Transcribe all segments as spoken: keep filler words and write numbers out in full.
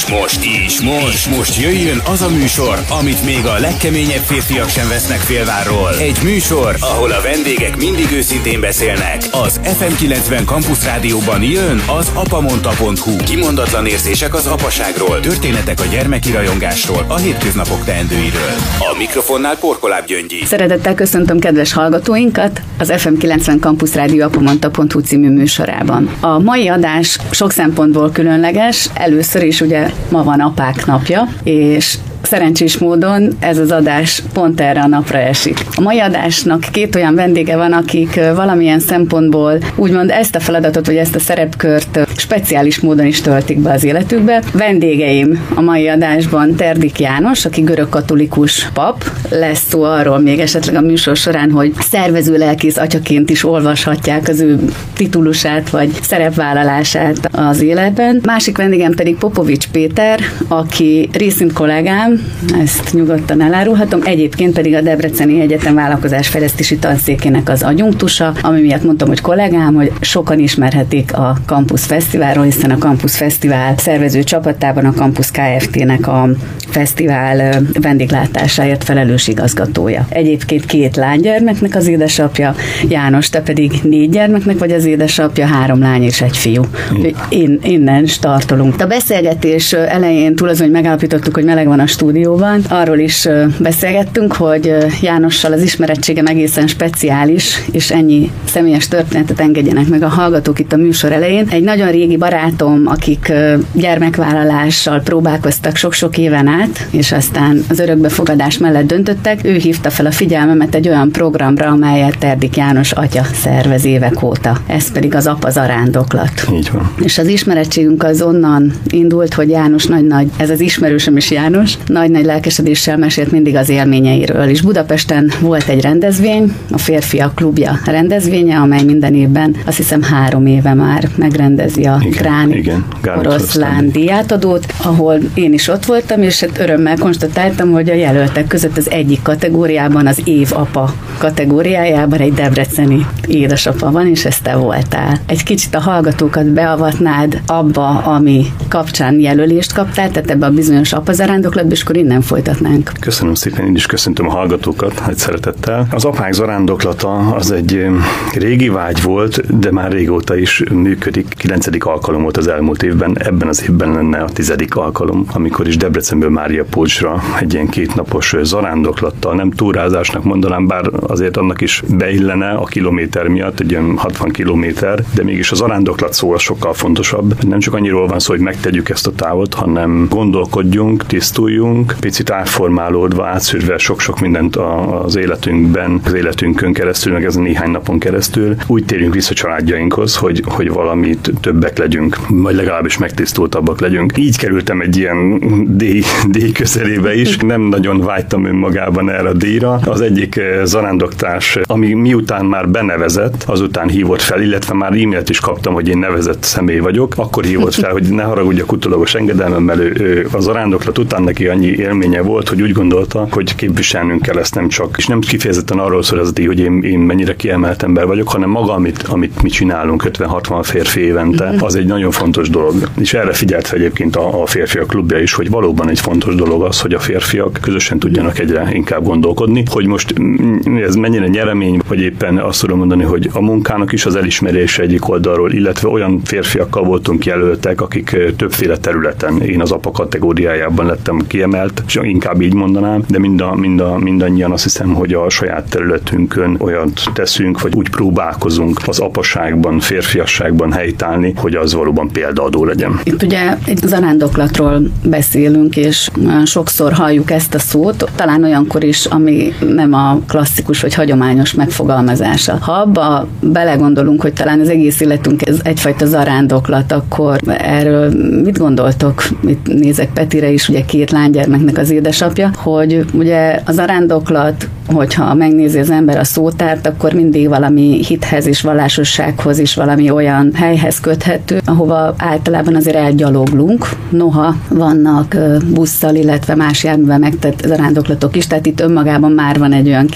És most, és most, most jöjjön az a műsor, amit még a legkeményebb férfiak sem vesznek félvárról. Egy műsor, ahol a vendégek mindig őszintén beszélnek. Az ef em kilencven Campus Rádióban jön az apamonta pont hu. Kimondatlan érzések az apaságról, történetek a gyermeki rajongásról, a hétköznapok teendőiről. A mikrofonnál Porkoláb Gyöngyi. Szeretettel köszöntöm kedves hallgatóinkat az ef em kilencven Campus Rádió apamonta pont hu című műsorában. A mai adás sok szempontból különleges. Először is ugye ma van apák napja, és szerencsés módon ez az adás pont erre a napra esik. A mai adásnak két olyan vendége van, akik valamilyen szempontból úgymond ezt a feladatot, vagy ezt a szerepkört speciális módon is töltik be az életükbe. Vendégeim a mai adásban Terdik János, aki görögkatolikus pap. Lesz szó arról még esetleg a műsor során, hogy szervező lelkész atyaként is olvashatják az ő titulusát, vagy szerepvállalását az életben. Másik vendégem pedig Popovics Péter, aki részint kollégám, ezt nyugodtan elárulhatom, egyébként pedig a Debreceni Egyetem vállalkozásfejlesztési tanszékének az adjunktusa, ami miatt mondtam, hogy kollégám, hogy sokan ismerhetik a Campus Fesztiválról, hiszen a Campus Fesztivál szervező csapatában a Campus Kft-nek a fesztivál vendéglátásáért felelős igazgatója. Egyébként két lánygyermeknek az édesapja, János, te pedig négy gyermeknek vagy az édesapja, három lány és egy fiú. In, innen startolunk. A beszélgetés elején túl azon, hogy megállapítottuk, hogy meleg van a stúdióban, arról is beszélgettünk, hogy Jánossal az ismerettségem egészen speciális, és ennyi személyes történetet engedjenek meg a hallgatók itt a műsor elején. Egy nagyon régi barátom, akik gyermekvállalással próbálkoztak sok-sok éven át, és aztán az örökbefogadás mellett döntöttek, ő hívta fel a figyelmemet egy olyan programra, amelyet Terdik János atya szervez évek óta. Ez pedig az apa zarándoklat. Így van. És az ismerettségünk az onnan indult, hogy János nagy-nagy, ez az ismerősöm is János, nagy-nagy lelkesedéssel mesélt mindig az élményeiről. És Budapesten volt egy rendezvény, a Férfiak Klubja rendezvénye, amely minden évben, azt hiszem három éve már megrendezi a Gráni Oroszlán díjátadót, ahol én is ott voltam, és hát örömmel konstatáltam, hogy a jelöltek között az egyik kategóriában, az év apa kategóriájában egy debreceni édesapa van, és ez te voltál. Egy kicsit a hallgatókat beavatnád abba, ami kapcsán jelölést kaptál, tehát ebbe a bizonyos apazarándoklatba, és akkor innen folytatnánk. Köszönöm szépen, én is köszöntöm a hallgatókat, nagy szeretettel. Az apák zarándoklata az egy régi vágy volt, de már régóta is működik. Kilencedik alkalom volt az elmúlt évben, ebben az évben lenne a tizedik alkalom, amikor is Debrecenből Mária Pócsra egy ilyen kétnapos zarándoklattal, nem túrázásnak mondanám, bár azért annak is beillene a kilométer miatt, egy ilyen hatvan kilométer, de mégis a zarándoklat szó az sokkal fontosabb. Nem csak annyiról van szó, hogy megtegyük ezt a távot, hanem gondolkodjunk, tisztuljunk, picit átformálódva, átszűrve sok-sok mindent az életünkben, az életünkön keresztül, meg ezen néhány napon keresztül, úgy térjünk vissza családjainkhoz, hogy, hogy valamit többek legyünk, vagy legalábbis megtisztultabbak legyünk. Így kerültem egy ilyen díj, díj közelébe is, nem nagyon vágytam önmagában erre a díjra. Az egyik zarándoktás, ami miután már benevezett, azután hívott fel, illetve már e-mailt is kaptam, hogy én nevezett személy vagyok, akkor hívott fel, hogy ne haragudjak utólagos engedelmemmel, ő a zarándoklat után neki annyi élménye volt, hogy úgy gondolta, hogy képviselnünk kell ezt nem csak, és nem kifejezetten arról szól ez a díj, hogy én, én mennyire kiemelt ember vagyok, hanem maga, amit, amit mi csinálunk ötven-hatvan férfi évente, az egy nagyon fontos dolog. És erre figyelt egyébként a, a Férfiak Klubja is, hogy valóban egy fontos dolog az, hogy a férfiak közösen tudjanak egyre inkább gondolkodni, hogy most ez mennyire nyeremény, vagy éppen azt tudom mondani, hogy a munkának is az elismerése egyik oldalról, illetve olyan férfiakkal voltunk jelöltek, akik többféle területen, én az apa kategóriájában lettem kiemelt, és inkább így mondanám, de mind a, mind a, mindannyian azt hiszem, hogy a saját területünkön olyat teszünk, vagy úgy próbálkozunk az apaságban, férfiasságban helytállni, hogy az valóban példaadó legyen. Itt ugye egy zarándoklatról beszélünk, és sokszor halljuk ezt a szót, talán olyankor is, ami nem a klasszikus vagy hagyományos megfogalmazása. Ha abba belegondolunk, hogy talán az egész életünk ez egyfajta zarándoklat, akkor erről mit gondoltok? Itt nézek Petire is, ugye két lánygyermeknek az édesapja, hogy ugye a zarándoklat, hogyha megnézi az ember a szótárt, akkor mindig valami hithez és vallásossághoz is valami olyan helyhez köthető, ahova általában azért elgyaloglunk. Noha vannak busszal, illetve más járművel megtett zarándoklatok is, tehát itt önmagában már van egy olyan kérdés, ami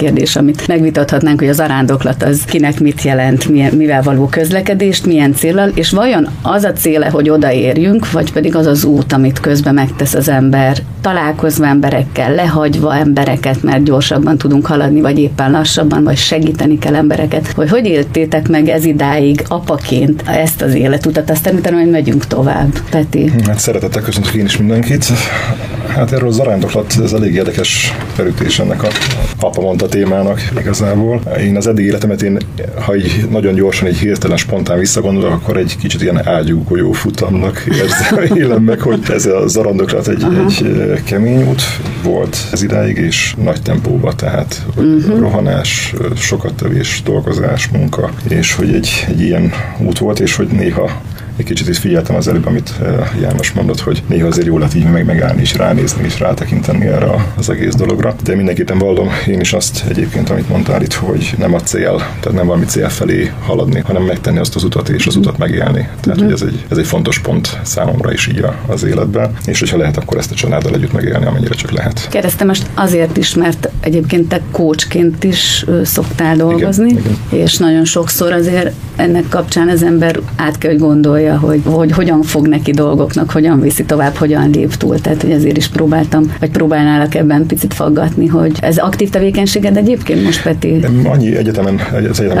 amit megvitathatnánk, hogy az zarándoklat az kinek mit jelent, milyen, mivel való közlekedést, milyen céllal, és vajon az a céle, hogy odaérjünk, vagy pedig az az út, amit közben megtesz az ember, találkozva emberekkel, lehagyva embereket, mert gyorsabban tudunk haladni, vagy éppen lassabban, vagy segíteni kell embereket, hogy hogy éltétek meg ez idáig apaként ezt az életutat, aztán utána, hogy megyünk tovább. Peti. Hát szeretettel köszöntök én is mindenkit. Hát erről a zarándoklat, ez elég érdekes felütés ennek a apa mondta témának igazából. Én az eddig életemet, én, ha így nagyon gyorsan, egy hirtelen, spontán visszagondolok, akkor egy kicsit ilyen ágyúgolyó futamnak érzem, élem meg, hogy ez a zarándoklat egy, egy kemény út volt ez idáig, és nagy tempóban, tehát uh-huh. rohanás, sokat tevés, dolgozás, munka, és hogy egy, egy ilyen út volt, és hogy néha egy kicsit itt figyeltem az előbb, amit János mondott, hogy néha azért jó lett így meg megállni, és ránézni, és rátekinteni erre az egész dologra. De mindenképpen vallom én is azt egyébként, amit mondtál itt, hogy nem a cél, tehát nem valami cél felé haladni, hanem megtenni azt az utat, és az utat megélni. Tehát, hogy ez egy, ez egy fontos pont számomra is így az életben, és hogyha lehet, akkor ezt a családdal együtt megélni, amennyire csak lehet. Kérdeztem most azért is, mert egyébként te coachként is szoktál dolgozni, igen, igen. És nagyon sokszor azért ennek kapcsán az ember át kell, hogy gondolja, Hogy, hogy hogyan fog neki dolgoknak, hogyan viszi tovább, hogyan lép túl. Tehát, hogy ezért is próbáltam, vagy próbálnálak ebben picit faggatni, hogy ez aktív tevékenységed egyébként most, Peti? Annyi egyetemen, az egyetemen a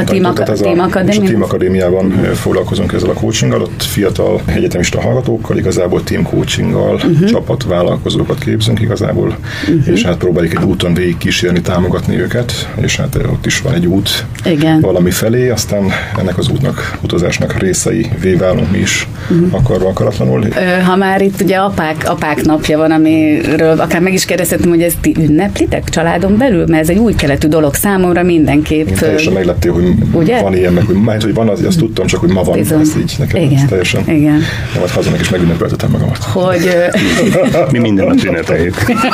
Team Akadémiában foglalkozunk ezzel a coachinggal, ott fiatal egyetemista hallgatókkal, igazából team coachinggal, uh-huh. csapatvállalkozókat képzünk igazából, uh-huh. és hát próbáljuk egy úton végig kísérni, támogatni őket, és hát ott is van egy út igen. valami felé, aztán ennek az útnak, utazásnak részei válunk mi is uh-huh. akarva akaratlanul. Ha már itt ugye apák, apák napja van, amiről akár meg is kérdezhetem, hogy ezt ti ünneplitek családon belül, mert ez egy új keletű dolog számomra mindenképp. Én teljesen megleptél, hogy ugye? Van ilyen, meg hogy, majd, hogy van, az, azt tudtam, csak hogy ma van. Bizony. Ez így nekem igen. Ez teljesen. Igen. Nem, majd hazamek is megünnepeltetem magamat. Hogy... mi minden nap ünnepeljük.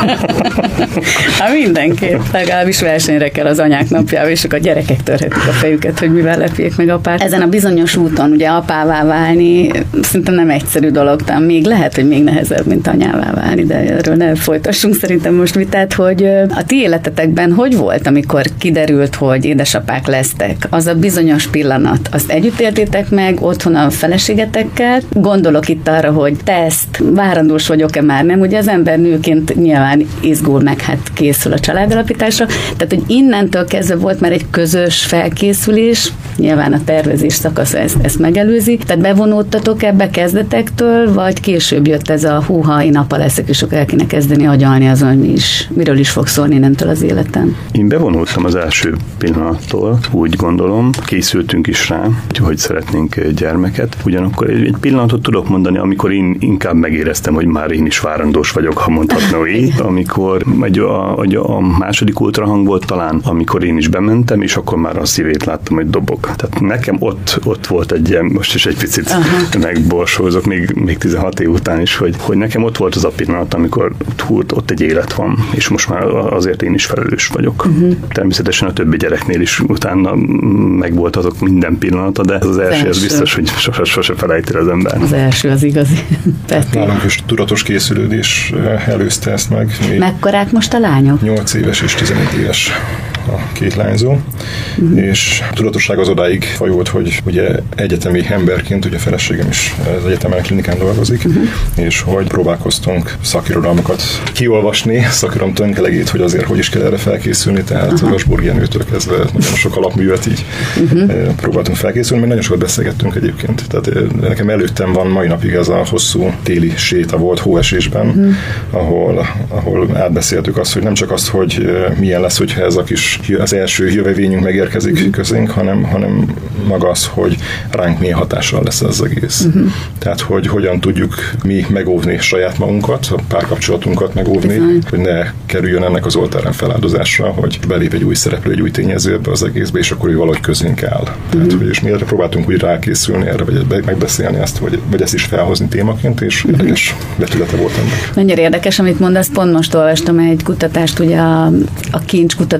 Hát mindenképp. Legalábbis versenyre kell az anyák napjával, és akkor a gyerekek törhetik a fejüket, hogy mivel lepjék meg apát. Ezen a bizonyos úton ugye apává válni, szerintem nem egyszerű dolog, talán még lehet, hogy még nehezebb, mint anyává válni, de erről ne folytassunk szerintem most vitát, hogy a ti életetekben hogy volt, amikor kiderült, hogy édesapák lesztek? Az a bizonyos pillanat, azt együtt éltétek meg otthon a feleségetekkel? Gondolok itt arra, hogy teszt, várandós vagyok-e már, nem? Ugye az ember nőként nyilván izgul meg, hát készül a családalapításra, tehát hogy innentől kezdve volt már egy közös felkészülés, nyilván a tervezés szakasz ezt, ezt megelőzi, tehát bevonódtatok ebbe kezdetektől, vagy később jött ez a húha, én apa leszek, és akkor el kéne kezdeni agyalni azon, hogy mi is, miről is fog szólni innentől az életem? Én bevonultam az első pillanattól, úgy gondolom, készültünk is rá, hogy szeretnénk gyermeket. Ugyanakkor egy pillanatot tudok mondani, amikor én inkább megéreztem, hogy már én is várandós vagyok, ha mondhatna így, amikor egy, a, a, a második ultrahang volt talán, amikor én is bementem, és akkor már a szívét láttam, hogy dobog. Tehát nekem ott, ott volt egy ilyen, most is egy picit aha. megborsózok, még, még tizenhat év után is, hogy, hogy nekem ott volt az a pillanat, amikor húrt, ott egy élet van, és most már azért én is felelős vagyok. Uh-huh. Természetesen a többi gyereknél is utána megvolt azok minden pillanata, de ez az első, az biztos, hogy sose, sose felejti az ember. Az első az igazi. Nálunk is tudatos készülődés előzte ezt meg. Mekkorák most a lányok? nyolc éves és tizenöt éves a két lányzó, uh-huh. és a tudatosság az odáig fajolt, hogy ugye egyetemi emberként, ugye a feleségem is az egyetemen klinikán dolgozik, uh-huh. és hogy próbálkoztunk szakirodalmakat kiolvasni, szakirodalom tönkelegét, hogy azért hogy is kell erre felkészülni, tehát uh-huh. az Asburg Jenőtől kezdve nagyon sok alapművet így uh-huh. próbáltunk felkészülni, mert nagyon sokat beszélgettünk egyébként. Tehát nekem előttem van mai napig ez a hosszú téli séta volt hóesésben, uh-huh. ahol, ahol átbeszéltük azt, hogy nem csak azt, hogy milyen lesz, hogyha ez a kis az első jövevényünk megérkezik uh-huh. közénk, hanem, hanem maga az, hogy ránk milyen hatással lesz ez az egész. Uh-huh. Tehát, hogy hogyan tudjuk mi megóvni saját magunkat, a párkapcsolatunkat megóvni, uh-huh. hogy ne kerüljön ennek az oltáren feláldozásra, hogy belép egy új szereplő, egy új tényező ebbe az egészbe, és akkor ő valahogy közénk áll. Uh-huh. Tehát, hogy és mi erre próbáltunk úgy rákészülni erre, vagy megbeszélni ezt, vagy, vagy ezt is felhozni témaként, és uh-huh. érdekes vetülete volt ennek. Mennyire érdekes, amit mondasz, pont most olvastam egy kutatást, ugye a, a Kincs Kutatóintézet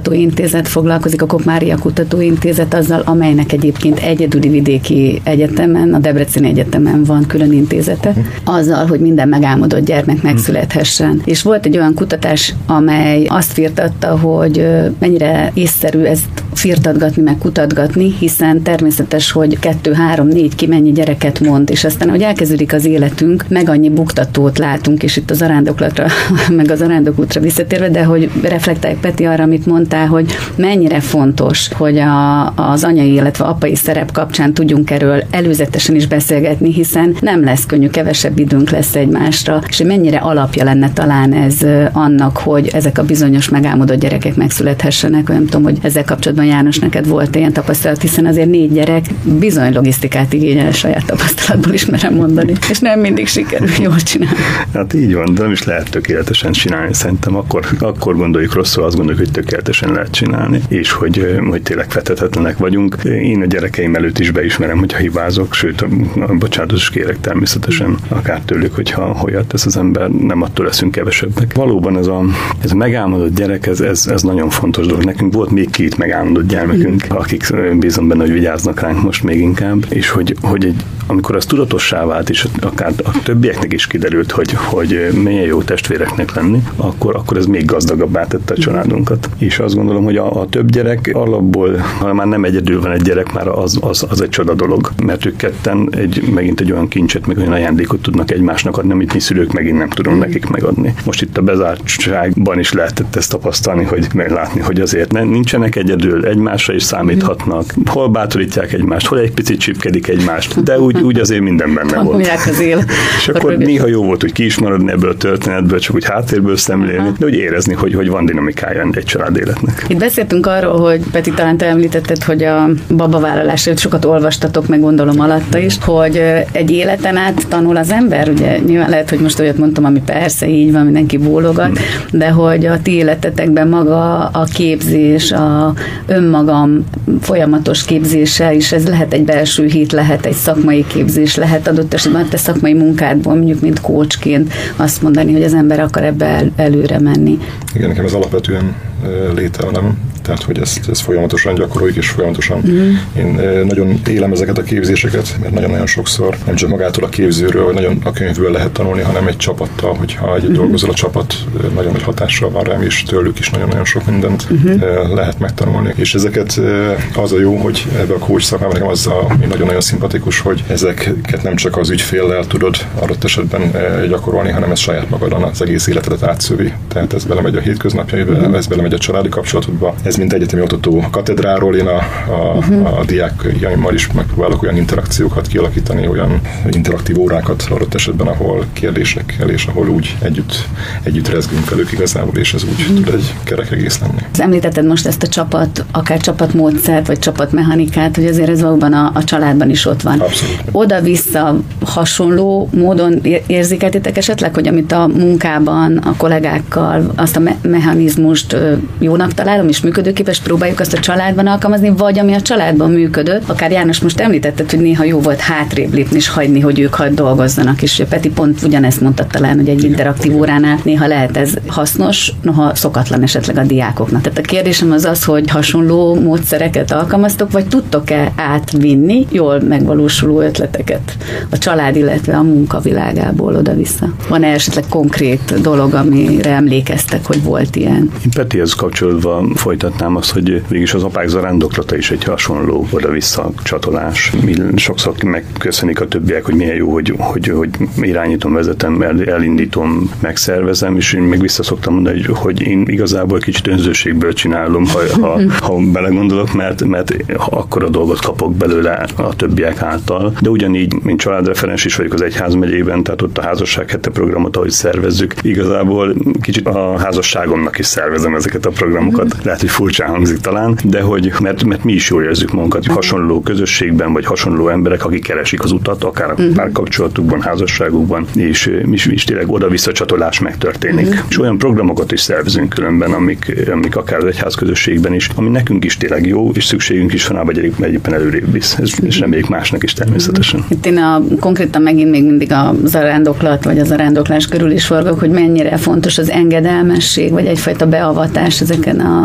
Kutatóintézet foglalkozik, a Kopp Mária Kutatóintézet azzal, amelynek egyébként egyedüli vidéki egyetemen, a Debreceni Egyetemen van külön intézete, azzal, hogy minden megálmodott gyermek megszülethessen. És volt egy olyan kutatás, amely azt firtatta, hogy mennyire észszerű ezt firtatgatni, meg kutatgatni, hiszen természetes, hogy kettő, három, négy ki mennyi gyereket mond, és aztán, hogy elkezdődik az életünk, meg annyi buktatót látunk, és itt a zarándoklatra, meg a zarándokútra visszatérve, de hogy reflektáljuk, Peti, arra, amit mondtál, hogy mennyire fontos, hogy a, az anyai, illetve apai szerep kapcsán tudjunk erről előzetesen is beszélgetni, hiszen nem lesz könnyű, kevesebb időnk lesz egymásra, és mennyire alapja lenne talán ez annak, hogy ezek a bizonyos megálmodott gyerekek megszülethessenek. Nem tudom, hogy ezzel kapcsolatban, János, neked volt ilyen tapasztalat, hiszen azért négy gyerek bizony logisztikát igényel, saját tapasztalatból is merem mondani, és nem mindig sikerül jól csinálni. Hát így van, de nem is lehet tökéletesen csinálni. Szerintem akkor, akkor gondoljuk rosszul, azt gondoljuk, hogy tökéletesen lehet csinálni, és hogy, hogy tényleg fethetetlenek vagyunk. Én a gyerekeim előtt is beismerem, hogyha hibázok, sőt, a, a bocsánatot is kérek természetesen, akár tőlük, hogyha holjat tesz az ember, nem attól leszünk kevesebbek. Valóban ez a, ez a megálmodott gyerek, ez, ez, ez nagyon fontos dolog. Nekünk volt még két megálmodott gyermekünk, akik bízom benne, hogy vigyáznak ránk most még inkább, és hogy, hogy egy, amikor az tudatossá vált, és akár a többieknek is kiderült, hogy, hogy milyen jó testvéreknek lenni, akkor, akkor ez még gazdagabbá tette a családunkat. És azt gondolom, hogy a, a több gyerek alapból, ha már nem egyedül van egy gyerek, már az, az, az egy csoda dolog, mert ők ketten egy, megint egy olyan kincset, meg olyan ajándékot tudnak egymásnak adni, amit mi szülők megint nem tudunk nekik megadni. Most itt a bezártságban is lehetett ezt tapasztalni, hogy meglátni, hogy azért ne, nincsenek egyedül, egymásra is számíthatnak, hol bátorítják egymást, hol egy picit csipkedik egymást, de úgy, úgy azért minden benne volt. Az él. És akkor néha jó volt, hogy ki is maradni ebből a történetből, csak úgy háttérből szemlélni, de úgy érezni, hogy, hogy van dinamikája egy család életnek. Itt beszéltünk arról, hogy Peti, talán te említetted, hogy a babavállalásért sokat olvastatok, meg gondolom alatta is, hogy egy életen át tanul az ember, ugye nyilván lehet, hogy most olyat mondtam, ami persze így van, mindenki bólogat, de hogy a ti életetekben maga a képzés, a önmagam folyamatos képzése is, ez lehet egy belső hit, lehet egy szakmai képzés, lehet adott esetben te szakmai munkádból, mondjuk mint coachként azt mondani, hogy az ember akar ebbe el, előre menni. Igen, nekem ez alapvetően lételem, tehát hogy ezt, ezt folyamatosan gyakoroljuk, és folyamatosan mm. én nagyon élem ezeket a képzéseket, mert nagyon-nagyon sokszor nem csak magától a képzőről, vagy nagyon a könyvből lehet tanulni, hanem egy csapattal, hogyha egy mm. dolgozol, a csapat nagyon nagy hatással van rám, és tőlük is nagyon-nagyon sok mindent mm. lehet megtanulni. És ezeket az a jó, hogy ebbe a coach szakmában nekem az a, nagyon-nagyon szimpatikus, hogy ezeket nem csak az ügyféllel tudod adott esetben gyakorolni, hanem ez saját magadon az egész életedet átszövi. Tehát ez belemegy a hétköznapjaiba, mm. ez belemegy a családi kapcsolatodba. Ez mint egyetemi oktató katedráról, én a, a, uh-huh. a diákjaimmal is megpróbálok olyan interakciókat kialakítani, olyan interaktív órákat adott esetben, ahol kérdésekkel, és ahol úgy együtt, együtt rezgünk velük igazából, és ez úgy uh-huh. tud egy kerek egész lenni. Említetted most ezt a csapat, akár csapatmódszert, vagy csapatmechanikát, hogy azért ez valóban a, a családban is ott van. Abszolút. Oda-vissza hasonló módon érzékeltétek esetleg, hogy amit a munkában, a kollégákkal, azt a me- mechanizmust jónak találom, és működőképes, próbáljuk azt a családban alkalmazni, vagy ami a családban működött. Akár János, most említetted, hogy néha jó volt hátrébb lépni, és hagyni, hogy ők hadd dolgozzanak, és Peti pont ugyanezt mondta talán, hogy egy interaktív óránál néha lehet ez hasznos, noha szokatlan esetleg a diákoknak. Tehát a kérdésem az az, hogy hasonló módszereket alkalmaztok, vagy tudtok-e átvinni jól megvalósuló ötleteket a család, illetve a munkavilágából oda-vissza? Van-e esetleg konkrét dolog, amire emlékeztek, hogy volt ilyen? Én Petihez kapcsolatban folytatnám azt, hogy végülis az apák zarándoklata is egy hasonló oda-vissza csatolás. Mi sokszor megköszönik a többiek, hogy milyen jó, hogy, hogy, hogy irányítom, vezetem, elindítom, megszervezem, és én meg vissza szoktam mondani, hogy, hogy én igazából kicsit önzőségből csinálom, ha, ha, ha belegondolok, mert, mert akkora dolgot kapok belőle a többiek által. De ugyanígy, mint családreferens is vagyok az egyházmegyében, tehát ott a házasság hete programot, ahogy szervezzük, igazából kicsit a házasságomnak is szervezem ezeket a programokat. Lehet, hogy furcsán hangzik talán, de hogy, mert, mert mi is jól érzük magunkat hasonló közösségben, vagy hasonló emberek, akik keresik az utat, akár a párkapcsolatukban, házasságukban, és mi is tényleg oda-vissza csatolás megtörténik. Uh-huh. És olyan programokat is szervezünk különben, amik, amik akár az egyház közösségben is, ami nekünk is tényleg jó, és szükségünk is van, vagy egyébként előrébb visz. Ez, és reméljük másnak is természetesen. Uh-huh. Itt én a, konkrétan megint még mindig a zarándoklat, vagy a zarándoklás körül is forgok, hogy mennyire fontos az engedelmesség, vagy egyfajta beavatás ezeken az utak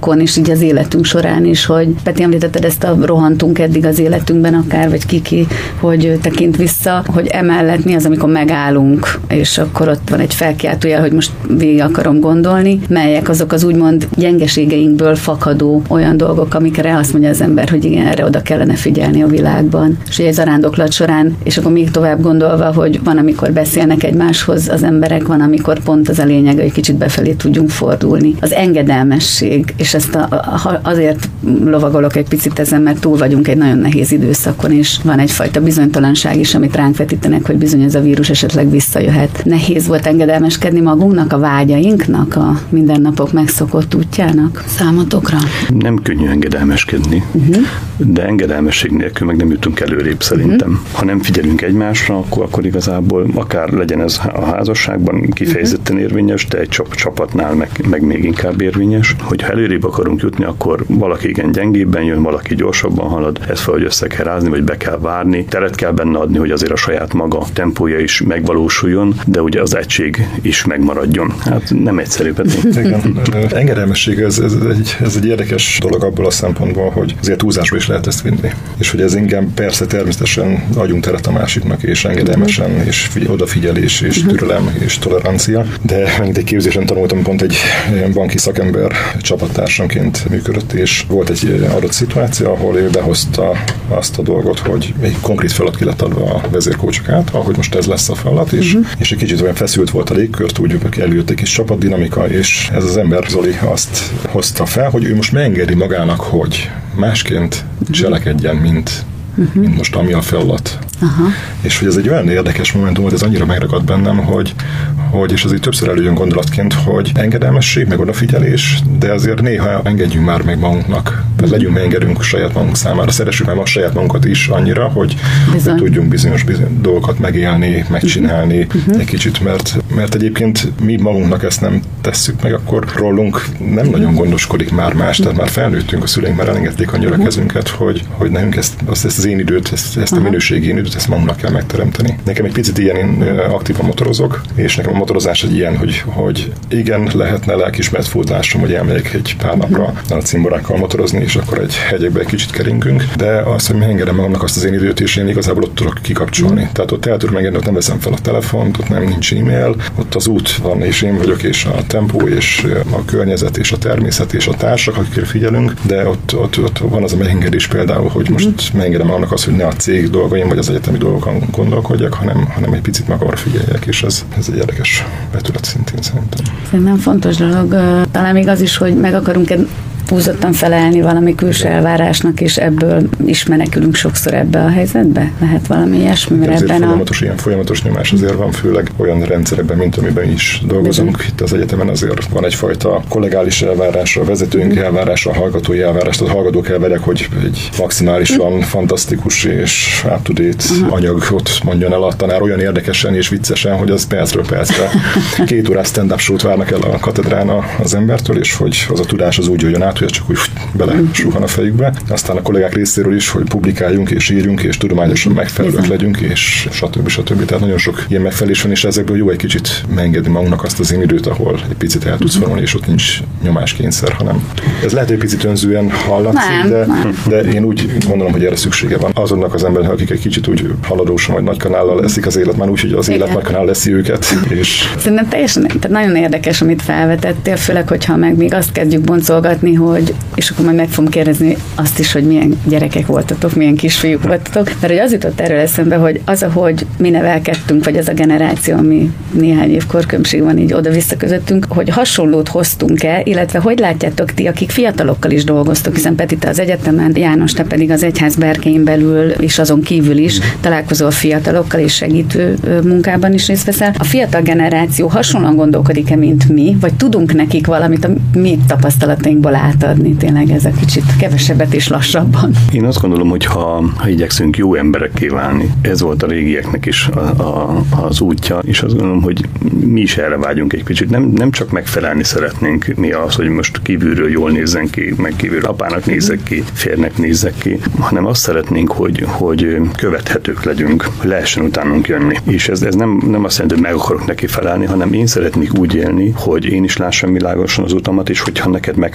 időszakon, és így az életünk során is, hogy Peti, említetted ezt a rohantunk eddig az életünkben akár, vagy Kiki, hogy tekint vissza, hogy emellett mi az, amikor megállunk, és akkor ott van egy felkiáltójel, hogy most végig akarom gondolni, melyek azok az úgymond gyengeségeinkből fakadó olyan dolgok, amikre azt mondja az ember, hogy igen, erre oda kellene figyelni a világban. És ugye egy zarándoklat során, és akkor még tovább gondolva, hogy van, amikor beszélnek egymáshoz az emberek, van, amikor pont az a lényeg, hogy kicsit befelé tudjunk fordulni. Az engedelmesség, és ezt a, a, azért lovagolok egy picit ezen, mert túl vagyunk egy nagyon nehéz időszakon, és van egyfajta bizonytalanság is, amit ránk vetítenek, hogy bizony ez a vírus esetleg visszajöhet. Nehéz volt engedelmeskedni magunknak, a vágyainknak, a mindennapok megszokott útjának számotokra? Nem könnyű engedelmeskedni, uh-huh. de engedelmesség nélkül meg nem jutunk előrébb szerintem. Uh-huh. Ha nem figyelünk egymásra, akkor, akkor igazából akár legyen ez a házasságban kifejezetten érvényes, de egy csapatnál meg, meg még inkább érvényes, hogyha előrébb akarunk jutni, akkor valaki igen gyengébben jön, valaki gyorsabban halad, ezt valahogy össze kell rázni, vagy be kell várni, teret kell benne adni, hogy azért a saját maga tempója is megvalósuljon, de ugye az egység is megmaradjon. Hát nem egyszerű, Peti. Igen, engedelmesség ez, ez, egy, ez egy érdekes dolog abból a szempontból, hogy azért túlzásba is lehet ezt vinni. És hogy ez inkább persze természetesen adjunk teret a másiknak, és engedelmesen, és figy- odafigyelés, és türelem, és tolerancia. De egy képzésen tanultam, pont egy banki szakember csapattársamként működött, és volt egy adott szituáció, ahol ő behozta azt a dolgot, hogy egy konkrét feladat ki lett adva a vezérkócsok át, ahogy most ez lesz a feladat, és, uh-huh. és egy kicsit olyan feszült volt a légkört, úgy, hogy előjött egy kis csapatdinamika, és ez az ember, Zoli, azt hozta fel, hogy ő most megengedi magának, hogy másként cselekedjen, mint Uh-huh. mint most ami a feladat. Uh-huh. És hogy ez egy olyan érdekes momentum volt, ez annyira megragadt bennem, hogy, hogy és azért többször előjön gondolatként, hogy engedelmesség, meg odafigyelés, de azért néha engedjünk már meg magunknak. Tehát legyünk, megengedünk saját magunk számára. Szeressük meg a saját magunkat is annyira, hogy, hogy tudjunk bizonyos, bizonyos dolgokat megélni, megcsinálni uh-huh. egy kicsit, mert, mert egyébként mi magunknak ezt nem tesszük meg, akkor rólunk nem nagyon gondoskodik már más, tehát már felnőttünk, a szüleink már elengedték annyira uh-huh. a kezünket, hogy, hogy nekünk ezt, azt, ezt az én időt, ezt, ezt a minőségi én időt, ezt magunknak kell megteremteni. Nekem egy picit ilyen, én aktívan motorozok, és nekem a motorozás egy ilyen, hogy, hogy igen, lehetne lelkiismeret furdalásom, hogy elmegyek egy pár napra a cimborákkal motorozni, és akkor egy hegyekbe egy kicsit keringünk, de azt, hogy megengedem magamnak azt az én időt, és én igazából ott tudok kikapcsolni. Tehát ott el tudom engedni, ott nem veszem fel a telefont, ott nem nincs e-mail, ott az út van, és én vagyok, és a tempó, és a környezet, és a természet, és a társak, akikre figyelünk, de ott, ott, ott van az a megengedés például, hogy most megengedem magamnak azt, hogy ne a cég dolgaim, vagy az egyetemi dolgokon gondolkodjak, hanem, hanem egy picit magamra figyeljek, és ez, ez egy érdekes vetület szintén szerintem. Szerintem fontos dolog. Talán még az is, hogy meg akarunk húzottan felelni valami külső elvárásnak, és ebből is menekülünk sokszor ebbe a helyzetbe? Lehet valami ilyesmi, mert ebben folyamatos, a... ilyen folyamatos nyomás azért van, főleg olyan rendszerekben, mint amiben is dolgozunk. Bizony. Itt az egyetemen azért van egyfajta kollegális elvárás, a vezetőink elvárása, a hallgatói elvárás, tehát a hallgatók elvárják, hogy egy maximálisan fantasztikus és up-to-date anyagot mondjon el a tanár olyan érdekesen és viccesen, hogy az percről percre két órás stand-up show-t várnak el a katedrán az embertől, és hogy az a tudás az úgy jöjjön át, hogy csak úgy bele suhan a fejükbe. Aztán a kollégák részéről is, hogy publikáljunk és írjunk, és tudományosan megfelelők legyünk, és stb. stb. Tehát nagyon sok ilyen megfelelés van, és ezekből jó egy kicsit megengedni magunknak azt az én időt, ahol egy picit el tudsz vonulni, és ott nincs nyomáskényszer, hanem ez lehet, hogy egy picit önzően hallatszik, de, de én úgy gondolom, hogy erre szüksége van. Azonnak az embernek, akik egy kicsit úgy haladósan vagy nagy kanállal leszik az élet, már úgy, hogy az élet Igen. nagy kanál leszi őket. És... Szerintem teljesen, tehát nagyon érdekes, amit felvetettél, főleg, hogyha meg még azt kezdjük boncolgatni, hogy, és akkor majd meg fogom kérdezni azt is, hogy milyen gyerekek voltatok, milyen kisfiúk voltatok, mert hogy az jutott erről eszembe, hogy az, ahogy mi nevelkedtünk, vagy az a generáció, ami néhány év korkülönbség van így oda-vissza közöttünk, hogy hasonlót hoztunk-e, illetve hogy látjátok ti, akik fiatalokkal is dolgoztok, hiszen Peti, te az egyetemen, János, te pedig az egyház berkein belül, és azon kívül is találkozol fiatalokkal, és segítő munkában is részt veszel. A fiatal generáció hasonlóan gondolkodik-e, mint mi, vagy tudunk nekik valamit a mi tapasztalatainkból átadni, tényleg ez a kicsit kevesebbet és lassabban? Én azt gondolom, hogy ha, ha igyekszünk jó emberekké válni, ez volt a régieknek is a, a, az útja, és azt gondolom, hogy mi is erre vágyunk egy kicsit. Nem, nem csak megfelelni szeretnénk mi az, hogy most kívülről jól nézzen ki, meg kívülről apának nézzek ki, férnek nézzek ki, hanem azt szeretnénk, hogy, hogy követhetők legyünk, hogy lehessen utánunk jönni. És ez, ez nem, nem azt jelenti, hogy meg akarok neki felelni, hanem én szeretnék úgy élni, hogy én is lássam világosan az utamat, és hogyha neked megfelel az út,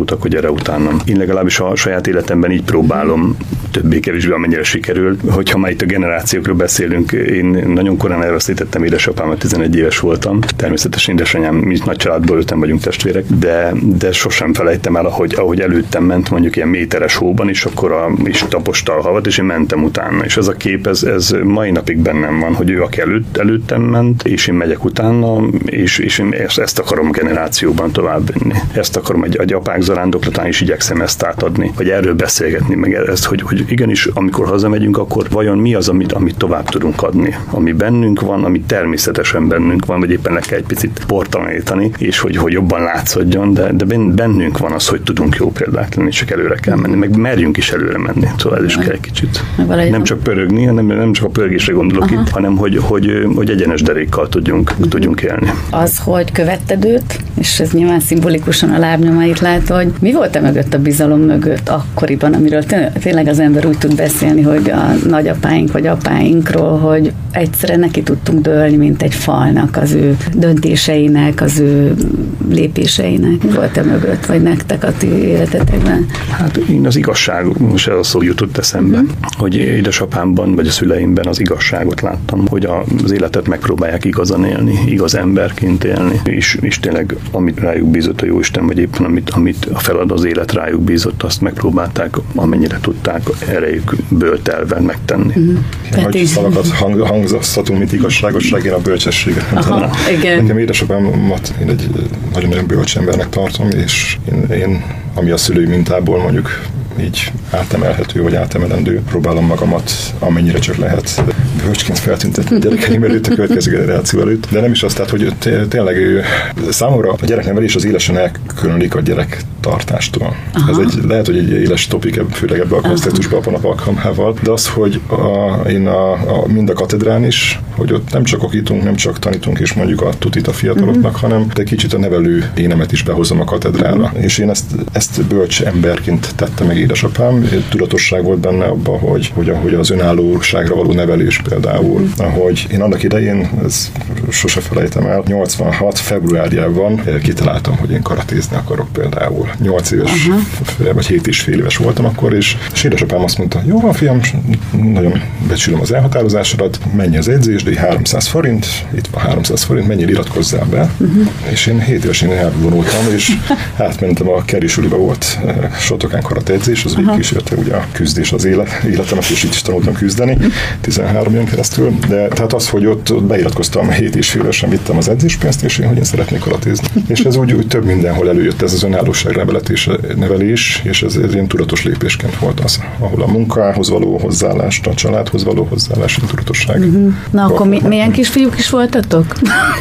voltak, hogy erre utána. Én legalábbis a saját életemben így próbálom, többé-kevésbé amennyire sikerül. Hogyha már itt a generációkról beszélünk, én nagyon korán elveszítettem édesapámat, tizenegy éves voltam. Természetesen édesanyám, mi nagy családból öten vagyunk testvérek, de, de sosem felejtem el, ahogy, ahogy előttem ment mondjuk ilyen méteres hóban, és akkor a, is taposta a havat, és én mentem utána. És ez a kép, ez, ez mai napig bennem van, hogy ő, aki előtt, előttem ment, és én megyek utána, és, és én ezt, ezt akarom generációban továbbvinni. Ezt akarom, egy, egy apák zarándoklatán is igyekszem ezt átadni, vagy erről beszélgetni, meg ezt, hogy, hogy igenis, amikor hazamegyünk, akkor vajon mi az, amit, amit tovább tudunk adni, ami bennünk van, ami természetesen bennünk van, vagy éppen le kell egy picit portalanítani, és hogy, hogy jobban látszódjon, de, de bennünk van az, hogy tudunk jó példák lenni, csak előre kell menni, meg merjünk is előre menni. Szóval ez is kell egy kicsit. Nem csak pörögni, nem, nem csak a pörgésre gondolok Aha. itt, hanem hogy, hogy, hogy egyenes derékkal tudjunk, uh-huh. tudjunk élni. Az, hogy követted őt, és ez nyilván szimbolikusan a lábnyomait látva, hogy mi volt e mögött a bizalom mögött akkoriban, amiről tényleg az ember úgy tud beszélni, hogy a nagyapáink vagy apáinkról, hogy egyszerűen neki tudtunk dőlni, mint egy falnak az ő döntéseinek, az ő lépéseinek. Mi volt e mögött, vagy nektek a ti életetekben? Hát én az igazság, most ez a szó jutott eszembe, uh-huh. hogy édesapámban, vagy a szüleimben az igazságot láttam, hogy az életet megpróbálják igazan élni, igaz emberként élni, és, és tényleg amit rájuk bízott a Jóisten, vagy éppen amit, amit a feladat az élet rájuk bízott, azt megpróbálták, amennyire tudták erejükből telve megtenni. Uh-huh. Nagy szavakat hang, hangzasztatunk, mint igazságosság, én a bölcsességet. Aha, igen. Nekem édesapámat én egy nagyon-nagyon bölcs embernek tartom, és én, én ami a szülői mintából mondjuk így átemelhető, vagy átemelendő, próbálom magamat amennyire csak lehet bölcsként feltüntetni a gyerekeim előtt, a következő generáció előtt, de nem is azt, tehát, hogy tényleg ő, számomra a gyereknevelés az élesen elkülönlik a gyerek tartástól. Aha. Ez egy, lehet, hogy egy éles topik, főleg ebben a kontextusban a nap alkalmával, de az, hogy a, én a, a, mind a katedrán is, hogy ott nem csak okítunk, nem csak tanítunk, és mondjuk a tutit a fiataloknak, uh-huh. hanem de kicsit a nevelő énemet is behozom a katedrára. Uh-huh. És én ezt, ezt bölcs emberként tettem meg édesapám. Tudatosság volt benne abban, hogy, hogy, hogy az önállóságra való nevelés például, ahogy én annak idején, ez sose felejtem el, nyolcvanhat februárjában kitaláltam, hogy én karatézni akarok például. nyolc éves, uh-huh. vagy hét és fél éves voltam akkor, és, és édesapám azt mondta, jó van fiam, nagyon becsülöm az elhatározásodat, menj az edzésdíj, háromszáz forint, itt van háromszáz forint, menjél, iratkozzál be. Uh-huh. És én hét évesen elvonultam, és átmentem a Kerisuliba, volt Sotokán karate edzés, az uh-huh. kísérte ugye a küzdés az élet, életemet, és itt is tanultam küzdeni, tizenhárom éven keresztül, de tehát az, hogy ott, ott beiratkoztam hét és fél évesen, vittem az edzéspénzt, és én, hogy én szeretnék karatézni. És ez úgy, úgy több mindenhol előjött, ez az önállóság nevelés, és ez, ez ilyen tudatos lépésként volt az, ahol a munkához való hozzáállást, a családhoz való hozzáállást, a tudatosság. Uh-huh. Na akkor mi, milyen kisfiúk is voltatok?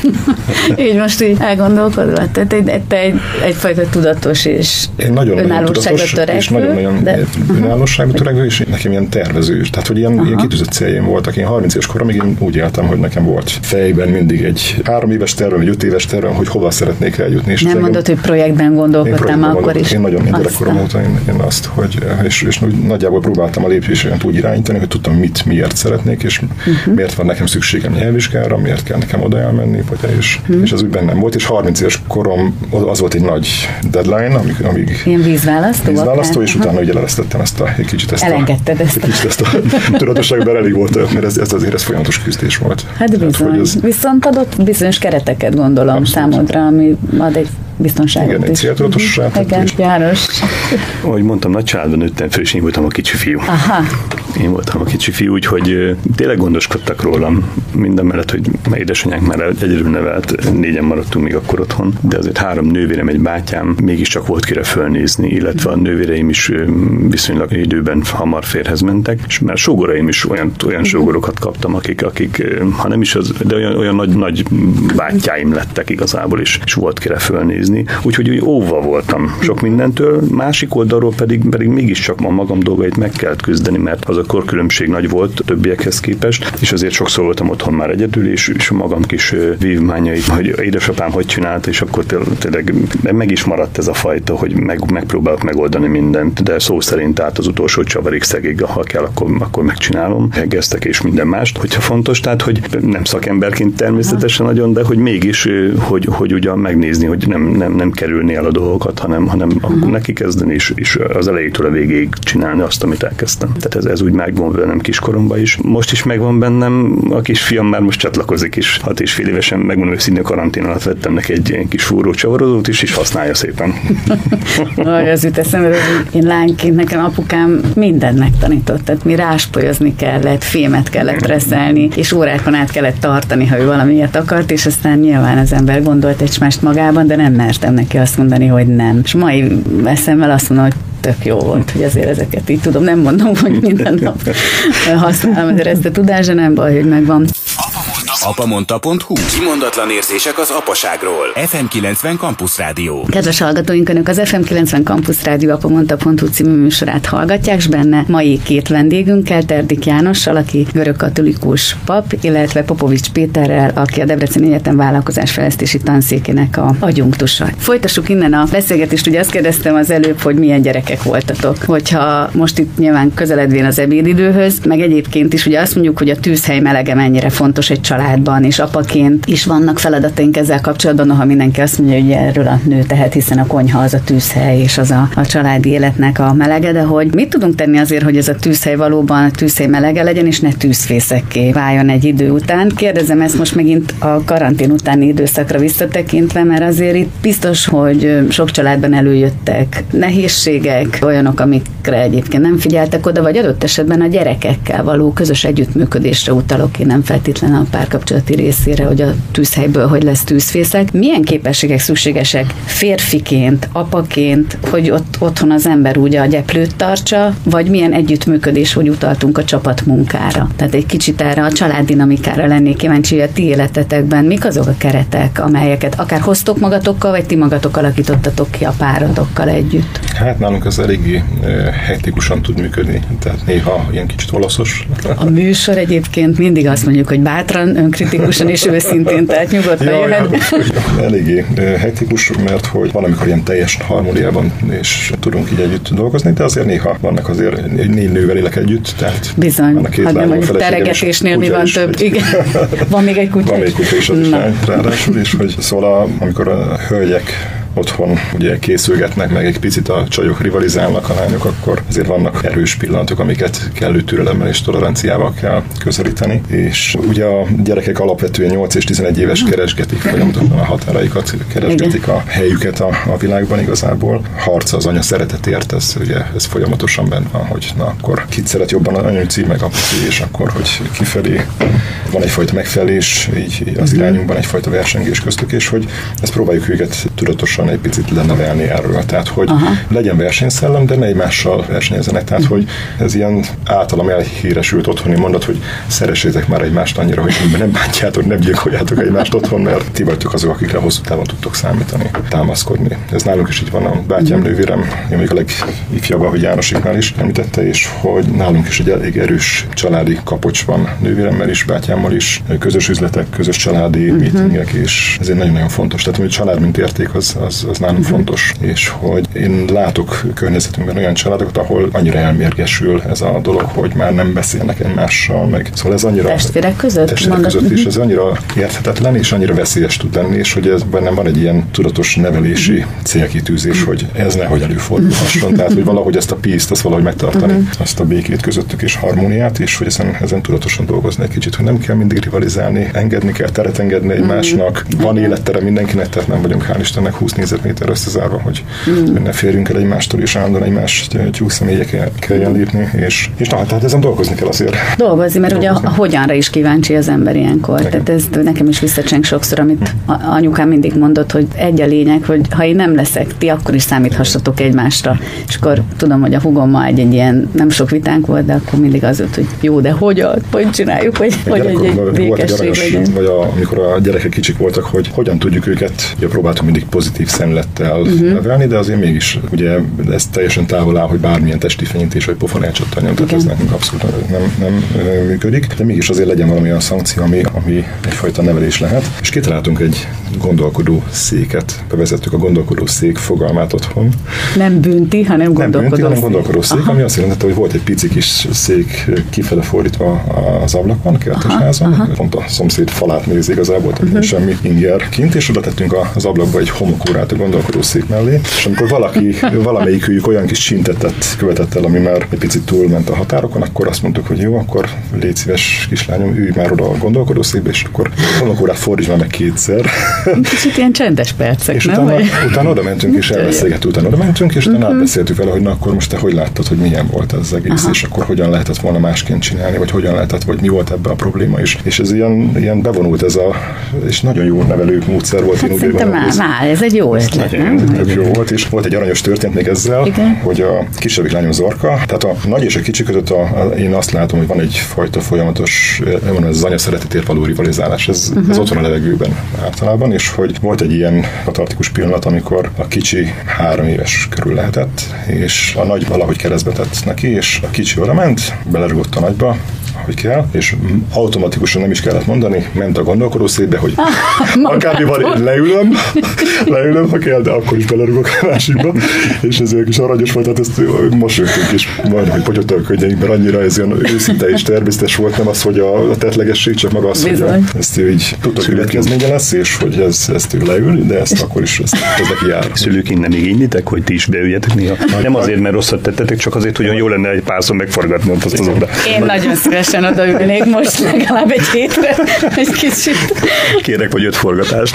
Így most így elgondolkodva, tehát egy, egy, egy, egyfajta tudatos és önállóságra törekvő. És nagyon-nagyon de... önállóságra törekvő, és nekem ilyen tervező, tehát hogy ilyen, ilyen kitűzött céljaim voltak. Én harminc éves koromig én úgy éltem, hogy nekem volt fejben mindig egy három éves tervem, egy öt éves tervem, hogy hova szeretnék eljutni. És nem mondod, hogy projektben gondolkodtam akkor mondom, is. Én nagyon gyerekkorom óta én, én azt, hogy és, és nagyjából próbáltam a lépéseket úgy irányítani, hogy tudtam, mit, miért szeretnék, és uh-huh. miért van nekem szükségem nyelvvizsgára, miért kell nekem oda elmenni, vagy és, uh-huh. és ez úgy bennem volt, és harminc éves korom az volt egy nagy deadline, amíg, amíg ilyen vízválasztó, vízválasztó és utána ugye leeresztettem ezt a, egy kicsit ezt Elengedted a, ezt a, kicsit ezt a tudatosságot, de elég volt, mert ez, ez azért ez folyamatos küzdés volt. Hát bizony. Ez... Viszont adott bizonyos kereteket gondolom abszolút. Számodra, ami ad egy biztonságot igen, is. Igen, egy céltudatosság. Igen, János. Ahogy mondtam, nagy családban nőttem föl, és én voltam a kicsi fiú. Aha. Én voltam a kicsi fiú, úgyhogy tényleg gondoskodtak rólam. Minden mellett, hogy édesanyánk már egyedül nevelt, négyen maradtunk még akkor otthon, de azért három nővérem, egy bátyám, mégiscsak volt kire fölnézni, illetve a nővéreim is viszonylag időben hamar férhez mentek, és már sógoraim is olyan, olyan sógorokat kaptam, akik, akik ha nem is az, de olyan, olyan nagy, nagy bátyáim lettek igazából is, és volt kire fölnézni. Úgyhogy úgy óva voltam sok mindentől, másik oldalról pedig, pedig mégiscsak a magam dolgait meg kellett küzdeni, mert azok korkülönbség nagy volt a többiekhez képest, és azért sokszor voltam otthon már egyedül, és, és a magam kis vívmányait, hogy édesapám hogy csinált, és akkor tényleg meg is maradt ez a fajta, hogy meg, megpróbálok megoldani mindent, de szó szerint át az utolsó csavarig szegig, ha kell, akkor, akkor megcsinálom, heggeztek és minden mást, hogyha fontos, tehát hogy nem szakemberként természetesen nagyon, de hogy mégis, hogy, hogy ugyan megnézni, hogy nem, nem, nem kerülni el a dolgokat, hanem, hanem akkor neki kezdeni, és, és az elejétől a végéig csinálni azt, amit elkezdtem. Tehát ez, ez úgy megvan bennem kiskoromban is. Most is megvan bennem, a kisfiam már most csatlakozik is, hat és fél évesen, megmondom őszintén, karantén alatt vettem neki egy ilyen kis fúró csavarozót is, és használja szépen. Aj, az jut eszembe, hogy én lányként nekem apukám mindent megtanított, tehát mi ráspolyozni kellett, fémet kellett reszelni, és órákon át kellett tartani, ha ő valamiért akart, és aztán nyilván az ember gondolt egy mást magában, de nem mertem neki azt mondani, hogy nem. És mai eszemmel azt mondom, hogy tök jó volt, hogy azért ezeket így tudom, nem mondom, hogy minden nap használom ezt a tudást, de nem baj, hogy megvan. apamonta pont hu. Kimondatlan érzések az apaságról. ef em kilencven Campus Rádió. Kedves hallgatóink, önök az ef em kilencven Campus Rádió apamonta pont hu című műsorát hallgatják, és benne mai két vendégünkkel, Terdik Jánossal, aki görögkatolikus pap, illetve Popovics Péterrel, aki a Debreceni Egyetem vállalkozásfejlesztési tanszékének a adjunktusa. Folytassuk innen a beszélgetést, ugye azt kérdeztem az előbb, hogy milyen gyerekek voltatok. Hogyha most itt nyilván közeledvén az ebédidőhöz, meg egyébként is ugye azt mondjuk, hogy a tűzhely melege mennyire fontos egy családban, és apaként is vannak feladataink ezzel kapcsolatban, ha mindenki azt mondja, hogy erről a nő tehet, hiszen a konyha az a tűzhely, és az a, a családi életnek a melege, de hogy mit tudunk tenni azért, hogy ez a tűzhely valóban a tűzhely melege legyen, és ne tűzfészekké váljon egy idő után. Kérdezem ezt most megint a karantén utáni időszakra visszatekintve, mert azért itt biztos, hogy sok családban előjöttek nehézségek, olyanok, amikre egyébként nem figyeltek oda, vagy adott esetben a gyerekekkel való közös együttműködésre utalok, én nem feltétlenül a párkapcsolati részére, hogy a tűzhelyből hogy lesz tűzfészek. Milyen képességek szükségesek férfiként, apaként, hogy ott otthon az ember úgy a gyeplőt tartsa, vagy milyen együttműködés, hogy utaltunk a csapatmunkára. Tehát egy kicsit erre a családdinamikára lennék kíváncsi, hogy a ti életetekben mik azok a keretek, amelyeket akár hoztok magatokkal, vagy ti magatok alakítottatok ki a párotokkal együtt? Hát nálunk az eléggé hektikusan tud működni, tehát néha ilyen kicsit olaszos. A műsor egyébként mindig azt mondjuk, hogy bátran, önkritikusan és őszintén, tehát nyugodtan ja, jöhet. Ja, eléggé hektikus, mert hogy van, amikor ilyen teljes harmóniában és tudunk így együtt dolgozni, de azért néha vannak azért négy nővel élek együtt, tehát bizony, hát nem mondjuk teregetésnél mi van több, is, igen. Van még egy kutya. Van még kutya is, az is ráadásul, és hogy szóval amikor a hölgyek otthon ugye készülgetnek, meg egy picit a csajok rivalizálnak, a lányok, akkor azért vannak erős pillanatok, amiket kellő türelemmel és toleranciával kell közelíteni. És ugye a gyerekek alapvetően nyolc és tizenegy éves keresgetik, folyamatosan a határaikat, keresgetik a helyüket a, a világban igazából. Harca az anya szeretetért, ez ugye ez folyamatosan benne van, hogy na akkor kit szeret jobban az anyuci, meg apuci, és akkor, hogy kifelé van egyfajta megfelelés, így az irányunkban egyfajta versengés köztük, és hogy ezt próbáljuk őket tudatosan egy picit lenevelni erről. Tehát, hogy aha, legyen versenyszellem, de ne egymással versenyezzenek. Tehát, hogy ez ilyen általam elhíresült otthoni mondat, hogy szeressétek már egymást annyira, hogy nem bántjátok, nem gyilkoljátok egymást otthon, mert ti vagytok azok, akikre hosszú távon tudtok számítani, támaszkodni. Ez nálunk is így van, a bátyám, nővérem, én mondjuk a legifjabb, ahogy Jánosiknál is említette, és hogy nálunk is egy elég erős családi kapocs van nővéremmel is, bátyámmal is, közös üzletek, közös családi uh-huh. meetingek, és ez egy nagyon-nagyon fontos. Tehát, hogy a család mint érték az, az, az nálunk uh-huh. fontos, és hogy én látok környezetünkben olyan családokat, ahol annyira elmérgesül ez a dolog, hogy már nem beszélnek egymással, meg szóval ez annyira testvérek között, testvérek között is, ez annyira érthetetlen, és annyira veszélyes tud lenni, és hogy ez bennem van egy ilyen tudatos nevelési uh-huh. célkitűzés, hogy ez nehogy előfordulhasson, tehát hogy valahogy ezt a peace-t, azt valahogy megtartani, uh-huh. azt a békét közöttük és harmóniát, és hogy ezen, ezen tudatosan dolgozni egy kicsit, hogy nem kell mindig rivalizálni, engedni kell, teret engedni egymásnak, uh-huh. van élettere mindenkinek, tehát nem vagyunk hál' Istennek húsz négyzetméter összezárva, hogy uh-huh. ne férjünk el egymástól, és állandóan egymást tyúkszemélyekkel kelljen lépni, és, és na, tehát ezen dolgozni kell azért. Dolgozni, mert dolgozni. Ugye a, a hogyanra is kíváncsi az ember ilyenkor. Igen. Tehát ez nekem is visszacseng sokszor, amit uh-huh. anyukám mindig mondott, hogy egy a lényeg, hogy ha én nem leszek, ti akkor is számíthassatok egymásra. És akkor tudom, hogy a hugommal egy, egy ilyen, nem sok vitánk volt, de akkor mindig az volt, hogy jó, de hogyan, hogy csináljuk, hogy hogyan amikor volt egy aranyos, vagy a, amikor a gyerekek kicsik voltak, hogy hogyan tudjuk őket, ugye próbáltunk mindig pozitív szemlettel uh-huh. nevelni, de azért mégis ugye ez teljesen távol áll, hogy bármilyen testi fenyítés vagy pofonácsot adjon, tehát ez nekünk abszolút nem, nem működik, de mégis azért legyen valami a szankció, ami, ami egyfajta nevelés lehet. És kitaláltunk egy gondolkodó széket, bevezettük a gondolkodó szék fogalmát otthon. Nem bünti, hanem gondolkodó, nem bünti, hanem szék. gondolkodó szék, aha. ami azt jelenti, hogy volt egy pici kis szék kifele fordítva az ablakon, a kertesházon, pont a szomszéd falát nézi igazából, tehát uh-huh. semmi inger kint, és oda tettünk az ablakba egy homokórát a gondolkodó szék mellé, és amikor valaki, valamelyikük olyan kis csintetet követett el, ami már egy picit túlment a határokon, akkor azt mondtuk, hogy jó, akkor légy szíves, kislányom, ülj már oda a gondolkodó székbe, és akkor homokórát fordíts már meg kétszer. Kicsit ilyen csendes percek, és nem? utána, utána oda mentünk, és elbeszélgettünk, utána oda mentünk, és utána uh-huh. átbeszéltük vele, hogy na akkor most te hogy láttad, hogy milyen volt ez az egész, aha. és akkor hogyan lehetett volna másként csinálni, vagy hogyan lehetett, vagy mi volt ebben a probléma is. És ez ilyen, ilyen bevonult ez a, és nagyon jó nevelő módszer volt. Hát szerintem már, már, ez egy jó ötlet, nem? Tök jó volt, és volt egy aranyos történt még ezzel, igen. hogy a kisebbik lányom Zorka, tehát a nagy és a kicsi között a, a, én azt látom, hogy van egyfajta folyamatos, van ez az anya szeretetért való rivalizálás, ez, uh-huh. ez ott van a levegőben általában, és hogy volt egy ilyen katartikus pillanat, amikor a kicsi három éves körül lehetett, és a nagy valahogy keresztbe tett neki, és a kicsi oda ment, belerúgott a nagyba, ahogy kell, és automatikusan nem is kellett mondani, ment a gondolkodószékbe, hogy akármival leülöm, leülöm, ha kell, de akkor is belerúgok a másikba, és ez is aranyos volt, tehát ezt mosolyogtunk, és majd, hogy potyott a könnyeink, mert annyira ez olyan őszinte és természetes volt, nem az, hogy a tetlegesség, csak maga az, bizony. Hogy a, ezt ő így tudta, hogy következménye lesz, és hogy ez, ezt ő leül, de ezt akkor is ezt, ez neki jár. Szülők innen még igénylitek, hogy ti is beüljetek néha. Nem azért, mert rosszat tettetek, csak azért, hogy jó lenne egy párszor megforgatni azt az oda. Én nagyon szívesen odaülnék most legalább egy hétre, egy kicsit. Kérek vagy öt forgatást.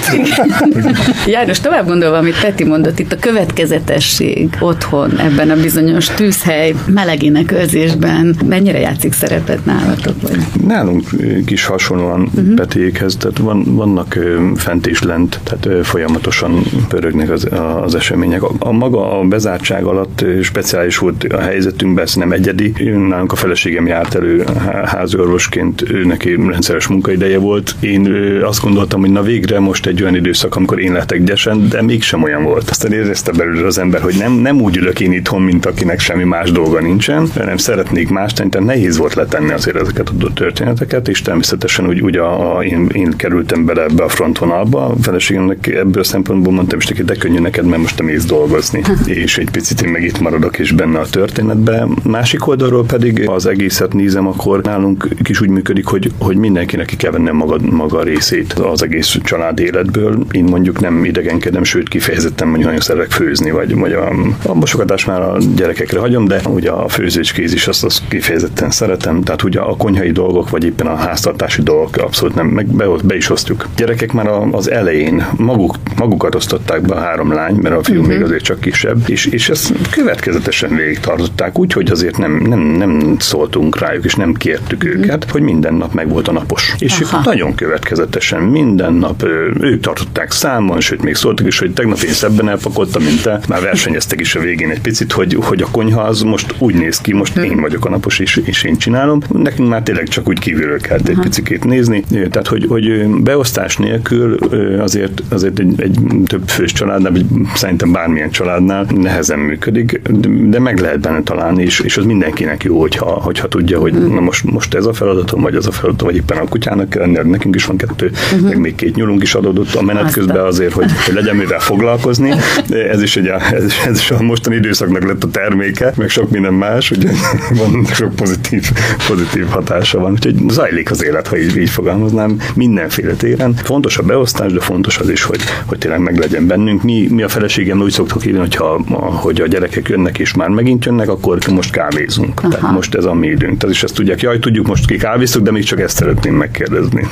János, tovább gondolva, amit Peti mondott, itt a következetesség otthon, ebben a bizonyos tűzhely melegének őrzésben, mennyire játszik szerepet nálatok? Vagy? Nálunk is hasonlóan uh-huh. Petiékhez, tehát van, vannak fent és lent, tehát folyamatosan pörögnek az, az események. A, a maga a bezártság alatt speciális volt a helyzetünkben, ez nem egyedi. Nálunk a feleségem járt elő háziorvosként, ő neki rendszeres munkaideje volt. Én azt gondoltam, hogy na végre most egy olyan időszak, amikor én lehetek gyesen, de mégsem olyan volt. Aztán érezte belőle az ember, hogy nem, nem úgy ülök én itthon, mint akinek semmi más dolga nincsen, hanem szeretnék más tenni, tehát nehéz volt letenni azért ezeket a történeteket, és természetesen úgy, úgy a, a, én, én kerültem bele ebbe a frontvonalba. A feleségemnek ebből a szempontból mondtam is neki, de könnyű neked, mert most te mész dolgozni. És egy picit én meg itt maradok is benne a történetbe. Másik oldalról pedig az egészet nézem, akkor nálunk is úgy működik, hogy, hogy mindenkinek ki kell vennem maga, maga a részét az egész család életből. Én mondjuk nem idegenkedem, sőt kifejezetten mondjuk nagyon szeretek főzni, vagy, vagy a, a mosogatást már a gyerekekre hagyom, de ugye a főzőcskéz is azt, azt kifejezetten szeretem, tehát ugye a konyhai dolgok, vagy éppen a háztartási dolgok abszolút nem, meg be, be is osztjuk. Gyerekek már az elején maguk, magukat osztották be a három lány, mert a fiú uh-huh. még azért csak kisebb, és, és ezt következetesen végig tartották, úgyhogy azért nem, nem, nem szóltunk rájuk, és nem kértük uh-huh. őket, hogy minden nap meg volt a napos. És aha. ők nagyon következetesen minden nap ők tartották számon, sőt még szóltak is, hogy tegnap én szebben elpakoltam, mint te, már versenyeztek is a végén egy picit, hogy, hogy a konyha az most úgy néz ki, most uh-huh. én vagyok a napos, és, és én csinálom. Nekünk már tényleg csak úgy kívülről kellett uh-huh. egy picikét nézni, tehát hogy, hogy beosztás nélkül azért, azért egy, egy több fős családnál, vagy szerintem bármilyen családnál nehezen működik, de meg lehet benne találni, és, és az mindenkinek jó, hogyha, hogyha tudja, hogy uh-huh. na most, most ez a feladatom, vagy az a feladatom, vagy éppen a kutyának kell lenni, nekünk is van kettő, uh-huh. meg még két nyulunk is adódott a menet közben azért, hogy, hogy legyen mivel foglalkozni. Ez is, egy, ez, ez is a mostani időszaknak lett a terméke, meg sok minden más, ugye van sok pozitív, pozitív hatása van, úgyhogy zajlik az élet, ha így, így fogalmaznám, mindenféle téren. Fontos a beosztás, de fontos az is, hogy, hogy tényleg meg legyen bennünk. Mi, mi a feleségem úgy szoktuk hívni, hogyha, hogy a gyerekek jönnek és már megint jönnek, akkor most kávézunk. Aha. Tehát most ez a mi időnk. Tehát is ezt tudják, jaj, tudjuk, most ki kávézunk, de még csak ezt szeretném megkérdezni.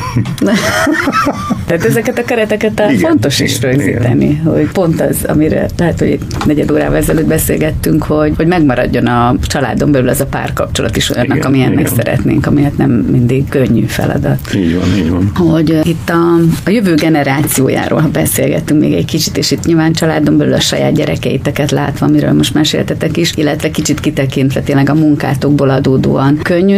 Tehát ezeket a kereteket igen, fontos is igen, rögzíteni, igen. hogy pont az, amire lehet, hogy negyed órával ezelőtt beszélgettünk, hogy, hogy megmaradjon a családon belül az a párkapcsolat is olyannak, igen, amilyennek igen. szeretnénk, amilyet nem mindig könnyű feladat. Így van, így van. Hogy itt a, a jövő generációjáról, ha beszélgettünk még egy kicsit, és itt nyilván családon belül a saját gyerekeiteket látva, amiről most meséltetek is, illetve kicsit kitekintve tényleg a munkátokból adódóan könnyűnek látjátok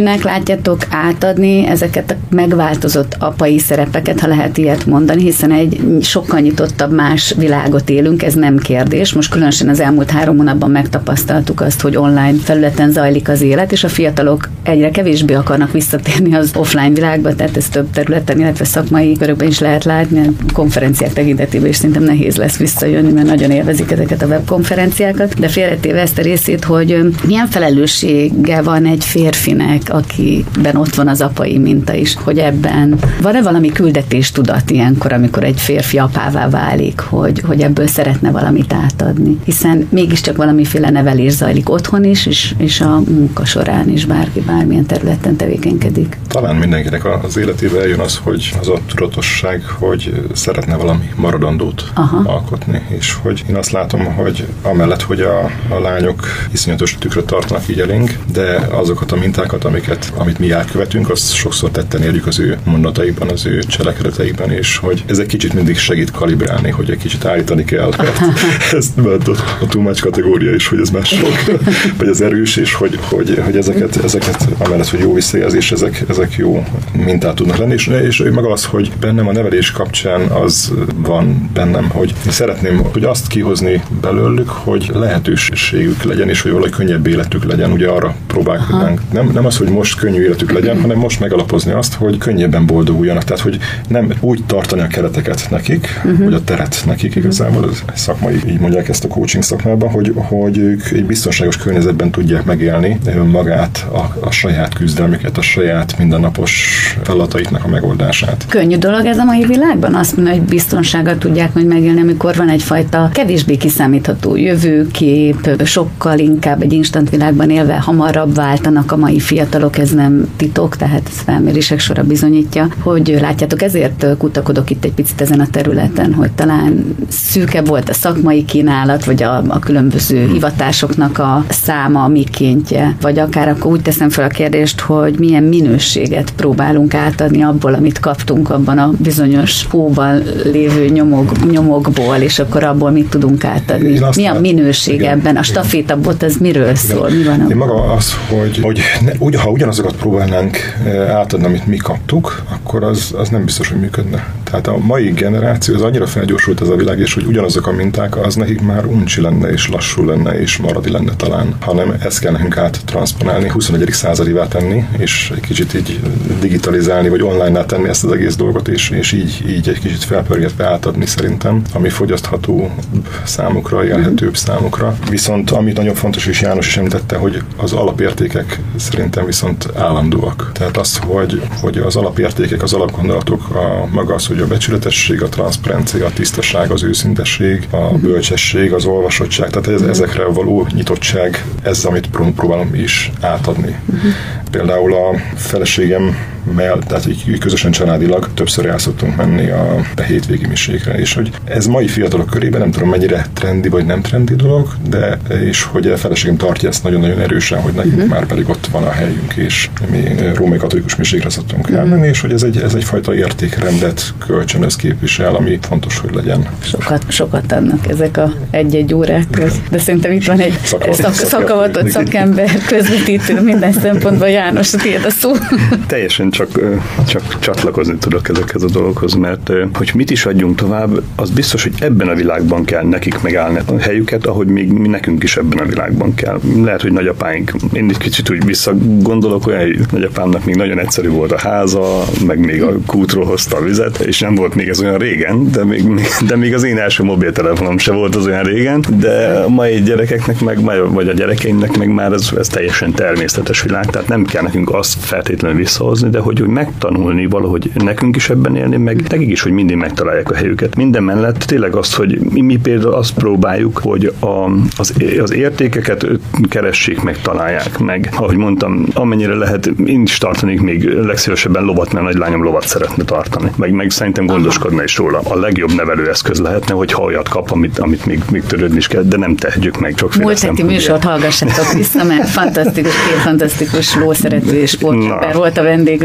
látjátok átadni ezeket a megváltozott apai szerepeket, ha lehet ilyet mondani, hiszen egy sokkal nyitottabb más világot élünk, ez nem kérdés. Most különösen az elmúlt három hónapban megtapasztaltuk azt, hogy online felületen zajlik az élet, és a fiatalok egyre kevésbé akarnak visszatérni az offline világba, tehát ez több területen, illetve szakmai körökben is lehet látni, a konferenciák tekintetében is szerintem nehéz lesz visszajönni, mert nagyon élvezik ezeket a webkonferenciákat, de félretéve ezt a részét, hogy milyen felelőssége van egy férfinek, akiben ott van az apai minta is, hogy ebben van-e valami küldetéstudat ilyenkor, amikor egy férfi apává válik, hogy, hogy ebből szeretne valamit átadni, hiszen mégiscsak valamiféle nevelés zajlik otthon is, és, és a munka során is bárki bármilyen területen tevékenykedik. Talán mindenkinek az életébe eljön az, hogy az a tudatosság, hogy szeretne valami maradandót Aha. alkotni, és hogy én azt látom, hogy amellett, hogy a, a lányok iszonyatos tükröt tartanak így elénk, de azokat a mintákat, amiket, amit mi elkövetünk, azt sokszor tetten érjük az ő mondataikban, az ő cselekedeteikben, és hogy ez egy kicsit mindig segít kalibrálni, hogy egy kicsit állítani kell, mert ez a, a too much kategória is, hogy ez már sok, vagy az erős, és hogy, hogy, hogy ezeket, ezeket amellett, hogy jó visszajelzés, ezek, ezek jó mintát tudnak lenni, és, és meg az, hogy bennem a nevelés kapcsán az van bennem, hogy szeretném, hogy azt kihozni belőlük, hogy lehetőségük legyen, és hogy valahogy könnyebb életük legyen, ugye arra próbálkozunk. Nem, nem az, hogy most könnyű életük legyen, hanem most megalapozni azt, hogy könnyebben boldoguljanak. Tehát, hogy nem úgy tartani a kereteket nekik, uh-huh. vagy a teret nekik igazából, ez szakmai, így mondják ezt a coaching szakmában, hogy, hogy ők egy biztonságos környezetben tudják megélni magát, a, a saját küzdelmüket, a saját mindennapos feladataiknak a megoldását. Könnyű dolog ez a mai világban? Azt mondja, hogy biztonsággal tudják majd megélni, amikor van egyfajta kevésbé kiszámítható jövőkép, sokkal inkább egy instant világban élve hamarabb váltanak a mai fiatalok, ez nem titok, tehát ez felmérések sora bizonyítja, hogy látjátok, ezért kutakodok itt egy picit ezen a területen, hogy talán szűkebb volt a szakmai kínálat, vagy a, a különböző hivatásoknak a száma, mikéntje, vagy akár akkor úgy teszem fel a kérdést, hogy milyen minőséget próbálunk átadni abból, amit kaptunk abban a bizonyos hóban lévő nyomog, nyomokból, és akkor abból mit tudunk átadni. Mi a minőség igen, ebben? A stafétabot az miről szól? Mi van? Én maga az, hogy, hogy ne, ha ugyanazokat próbálnánk átadni, amit mi kaptuk, akkor az, az nem biztos, hogy működne. Tehát a mai generáció, az annyira felgyorsult ez a világ, és hogy ugyanazok a minták, az nekik már uncsi lenne, és lassú lenne, és maradi lenne talán, hanem ezt kell nekünk áttranszponálni, huszonegyedik századivá tenni, és egy kicsit így digitalizálni, vagy online-nál tenni ezt az egész dolgot, és, és így, így egy kicsit felpörgetve átadni szerintem, ami fogyasztható számukra, élhetőbb számukra. Viszont amit nagyon fontos, és János is említette, hogy az alapértékek szerintem viszont állandóak. Tehát az, hogy, hogy az alapértékek, az alapgondolatok, a, maga az, hogy a becsületesség, a transzparencia, a tisztaság, az őszintesség, a bölcsesség, az olvasottság, tehát ez, ezekre való nyitottság, ez, amit próbálom is átadni. Uh-huh. Például a feleségem mell, tehát így közösen családilag többször el szoktunk menni a, a hétvégi misékre, és hogy ez mai fiatalok körében nem tudom mennyire trendi vagy nem trendi dolog, de és hogy a feleségem tartja ezt nagyon-nagyon erősen, hogy nekünk uh-huh. már pedig ott van a helyünk, és mi római katolikus misékre szoktunk uh-huh. elmenni, és hogy ez, egy, ez egyfajta értékrendet kölcsönöz képvisel, ami fontos, hogy legyen. Sokat, sokat adnak ezek a egy-egy órák, de szerintem itt van egy szak, szakavatott szakember, közvetítő minden szempontból. János, tiéd a szó. Teljesen csak, csak csatlakozni tudok ezekhez a dolgokhoz, mert hogy mit is adjunk tovább, az biztos, hogy ebben a világban kell nekik megállni a helyüket, ahogy még mi nekünk is ebben a világban kell. Lehet, hogy nagyapáink, én egy kicsit úgy visszagondolok, olyan, hogy nagyapámnak még nagyon egyszerű volt a háza, meg még a kútról hozta a vizet, és nem volt még ez olyan régen, de még, de még az én első mobiltelefonom se volt az olyan régen, de a mai gyerekeknek meg, vagy a gyerekeimnek meg már ez, ez teljesen természetes világ, tehát nem kell nekünk azt feltétlenül visszahozni, de hogy, hogy megtanulni valahogy nekünk is ebben élni, meg nekik is, hogy mindig megtalálják a helyüket. Minden mellett tényleg azt, hogy mi, mi például azt próbáljuk, hogy a, az, az értékeket keressék meg, találják meg. Ahogy mondtam, amennyire lehet, én is tartanék még legszívesebben lovat, mert nagylányom lovat szeretne tartani. Meg, meg szerintem gondoskodna is róla. A legjobb nevelőeszköz lehetne, hogyha olyat kap, amit, amit még, még törődni is kell, de nem tehetjük meg. Múlt heti műsort hallgassátok vissza, mert fantasztikus, két fantasztikus lószerető és sportcsaper volt a vendégünk,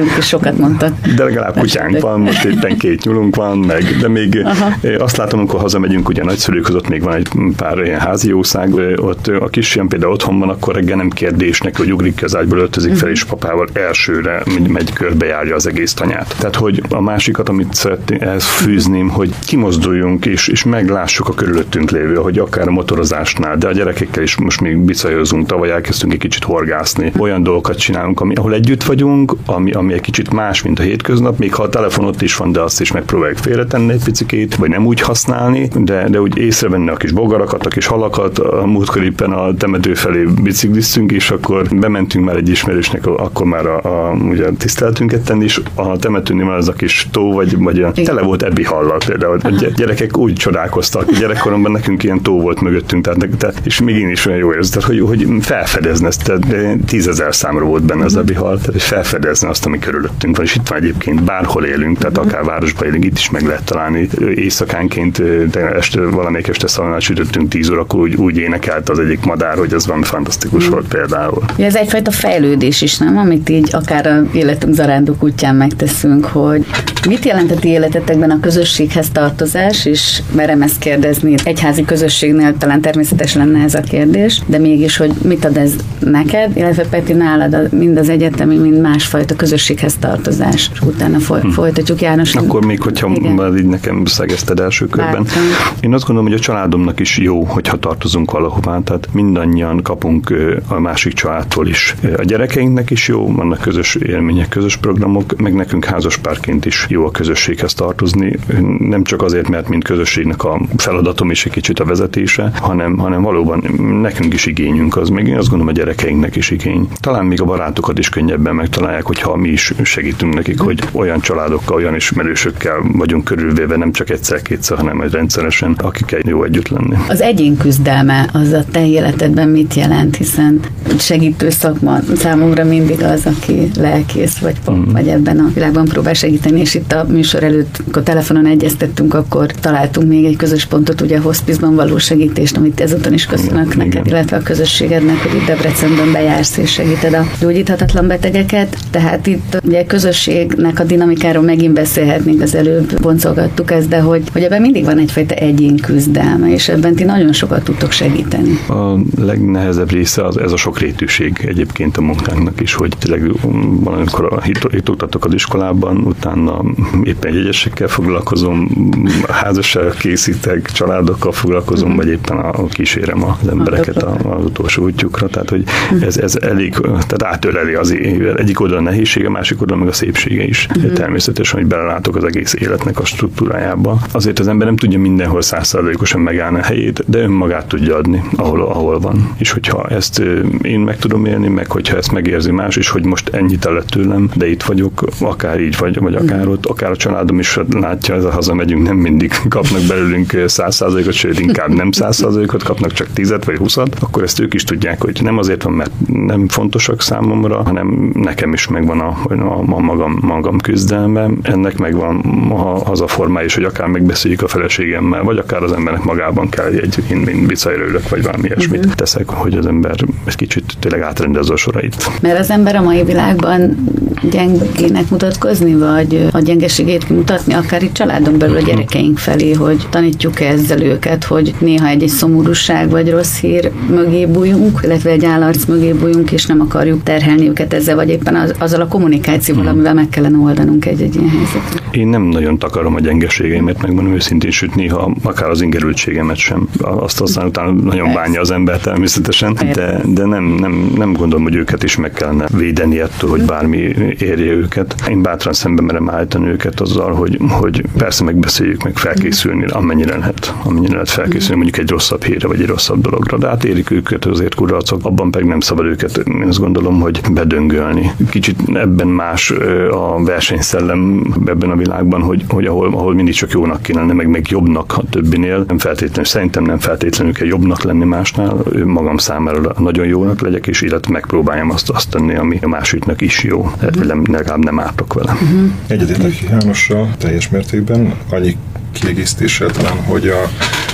Nálunk is sokat mondtak. De legalább kutyánk van, most éppen két nyulunk van, meg, de még aha. Azt látom, amikor hazamegyünk ugye nagyszülőkhöz, ott még van egy pár ilyen házi jószág, ott a kisfiam például otthon van, akkor reggel nem kérdés neki, hogy ugrik ki az ágyból, öltözik fel, és papával elsőre megy, körbejárja az egész tanyát. Tehát, hogy a másikat, amit szeretném ehhez fűzném, hogy kimozduljunk, és, és meglássuk a körülöttünk lévő, hogy akár a motorozásnál, de a gyerekekkel is most még bicajozunk, tavaly elkezdtünk egy kicsit horgászni. Olyan dolgokat csinálunk, ami, ahol együtt vagyunk, ami, ami egy kicsit más, mint a hétköznap, még ha a telefon ott is van, de azt is megpróbáljuk félretenni egy picikét, vagy nem úgy használni, de, de úgy észrevenni a kis bogarakat, a kis halakat. A múltkor éppen a temető felé bicikliztünk, és akkor bementünk már egy ismerősnek, akkor már a, a, ugye a tiszteletünket tenni, és a temetőnél már az a kis tó, vagy, vagy a tele volt ebbi hallal például. A gyerekek úgy csodálkoztak. Gyerekkoromban nekünk ilyen tó volt mögöttünk, tehát, tehát és még én is olyan jó érzett, hogy, hogy felfedezne ezt, tehát tízezer számra volt benne az ebbi hal, tehát felfedezne azt, ami körülöttünk van, és itt van egyébként bárhol élünk, tehát akár városban élünk, itt is meg lehet találni. Éjszakánként este, valamelyik este szalonát sütöttünk tíz órakor, úgy, úgy énekelt az egyik madár, hogy ez valami fantasztikus mm. volt például. Ez egyfajta fejlődés is, nem? Amit így akár a életünk zarándok útján megteszünk, hogy mit jelent a ti életetekben a közösséghez tartozás, és merem ezt kérdezni. Egyházi közösségnél talán természetes lenne ez a kérdés, de mégis, hogy mit ad ez neked, illetve Peti nálad mind az egyetemi, mind másfajta közösséghez tartozás. És utána foly- hmm. folytatjuk János. Akkor még, hogyha már így nekem szegezted első körben. Bártam. Én azt gondolom, hogy a családomnak is jó, hogyha tartozunk valahová, tehát mindannyian kapunk a másik családtól is. A gyerekeinknek is jó, vannak közös élmények, közös programok, meg nekünk házaspárként is jó a közösséghez tartozni. Nem csak azért, mert mint közösségnek a feladatom is egy kicsit a vezetése, hanem, hanem valóban nekünk is igényünk az, még én azt gondolom, a gyerekeinknek is igény. Talán még a barátokat is könnyebben megtalálják, hogyha mi is segítünk nekik, hogy olyan családokkal, olyan ismerősökkel vagyunk körülvéve, nem csak egyszer-kétszer, hanem rendszeresen, akikkel jó együtt lenni. Az egyén küzdelme az a te életedben mit jelent, hiszen segítő szakma számomra mindig az, aki lelkész vagy pap, mm. vagy ebben a világban próbál segíteni, és itt a műsor előtt, amikor telefonon egyeztettünk, akkor találtunk még egy közös pontot, ugye a hospizban való segítést, amit ezúton is köszönök igen, neked, igen. illetve a közösségednek, hogy itt Debrecenben bejársz és segíted a gyógyíthatatlan betegeket. Tehát itt ugye a közösségnek a dinamikáról megint beszélhetnénk, az előbb boncolgattuk ezt, de hogy, hogy ebben mindig van egyfajta egyén küzdelme, és ebben ti nagyon sokat tudtok segíteni. A legnehezebb része az ez a sokrétűség egyébként a munkánknak is, hogy tényleg valamikor itt oktatok az iskolában, utána éppen jegyesekkel foglalkozom, házassággal készítek, családokkal foglalkozom, uh-huh. vagy éppen a, kísérem az embereket az utolsó útjukra, tehát hogy uh-huh. ez, ez elég, tehát átöleli az egyik oldalon a nehézsége, másik oldalon meg a szépsége is. Uh-huh. Természetesen, hogy belelátok az egész életnek a struktúrájába. Azért az ember nem tudja mindenhol százszázalékosan megállni a helyét, de önmagát tudja adni, ahol, ahol van. És hogyha ezt én meg tudom élni, meg hogyha ezt megérzi más is, hogy most ennyit el lett tőlem, de itt vagyok, akár így vagy, vagy akár ott, akár a családom is látja, ez a hazamegyünk, nem mindig kapnak belőlünk száz százalékot, sőt inkább nem száz százalékot, kapnak csak tízet vagy húszat, akkor ezt ők is tudják, hogy nem azért van, mert nem fontosak számomra, hanem nekem is megvan a, a, a magam, magam küzdelme, ennek megvan a, az a formája is, hogy akár megbeszéljük a feleségemmel, vagy akár az embernek magában kell egy, én, én bicajrőlök, vagy valami ilyesmit uh-huh. teszek, hogy az ember egy kicsit tényleg átrendezze a sorait. Mert az ember a mai világban gyengének mutatkozni, vagy a gyengeségét mutatni, akár itt családon belül a gyerekeink felé, hogy tanítjuk ezzel őket, hogy néha egy, egy szomorúság vagy rossz hír mögé bújunk, illetve egy állarc mögé bújunk, és nem akarjuk terhelni őket ezzel, vagy éppen az, azzal a kommunikációval, hmm. amivel meg kellene oldanunk egy-egy ilyen helyzetet. Én nem nagyon takarom a gyengeségeimet, megmondom őszintén, sőt néha akár az ingerültségemet sem. Azt aztán utána nagyon bánja az ember természetesen, de, de nem, nem, nem gondolom, hogy őket is meg kellene védeni ettől, hogy bármi érje őket. Én bátran szembe merem állítani őket azzal, hogy, hogy persze megbeszéljük, meg felkészülni, amennyire lehet, amennyire lehet felkészülni mondjuk egy rosszabb hírre, vagy egy rosszabb dologra, de hát érik őket azért kudarcok, abban pedig nem szabad őket, én azt gondolom, hogy bedöngölni. Kicsit ebben más a versenyszellem ebben a világban, hogy, hogy ahol, ahol mindig csak jónak kéne lenni, meg még jobbnak a többinél, nem feltétlenül, szerintem nem feltétlenül kell jobbnak lenni másnál, magam számára nagyon jónak legyek, és illetve megpróbáljam azt, azt tenni, ami a másiknak is jó, uh-huh. nem, legalább nem ártok vele. Uh-huh. Egyetértek Jánossal teljes mértékben, annyi kiegészítéssel talán, hogy a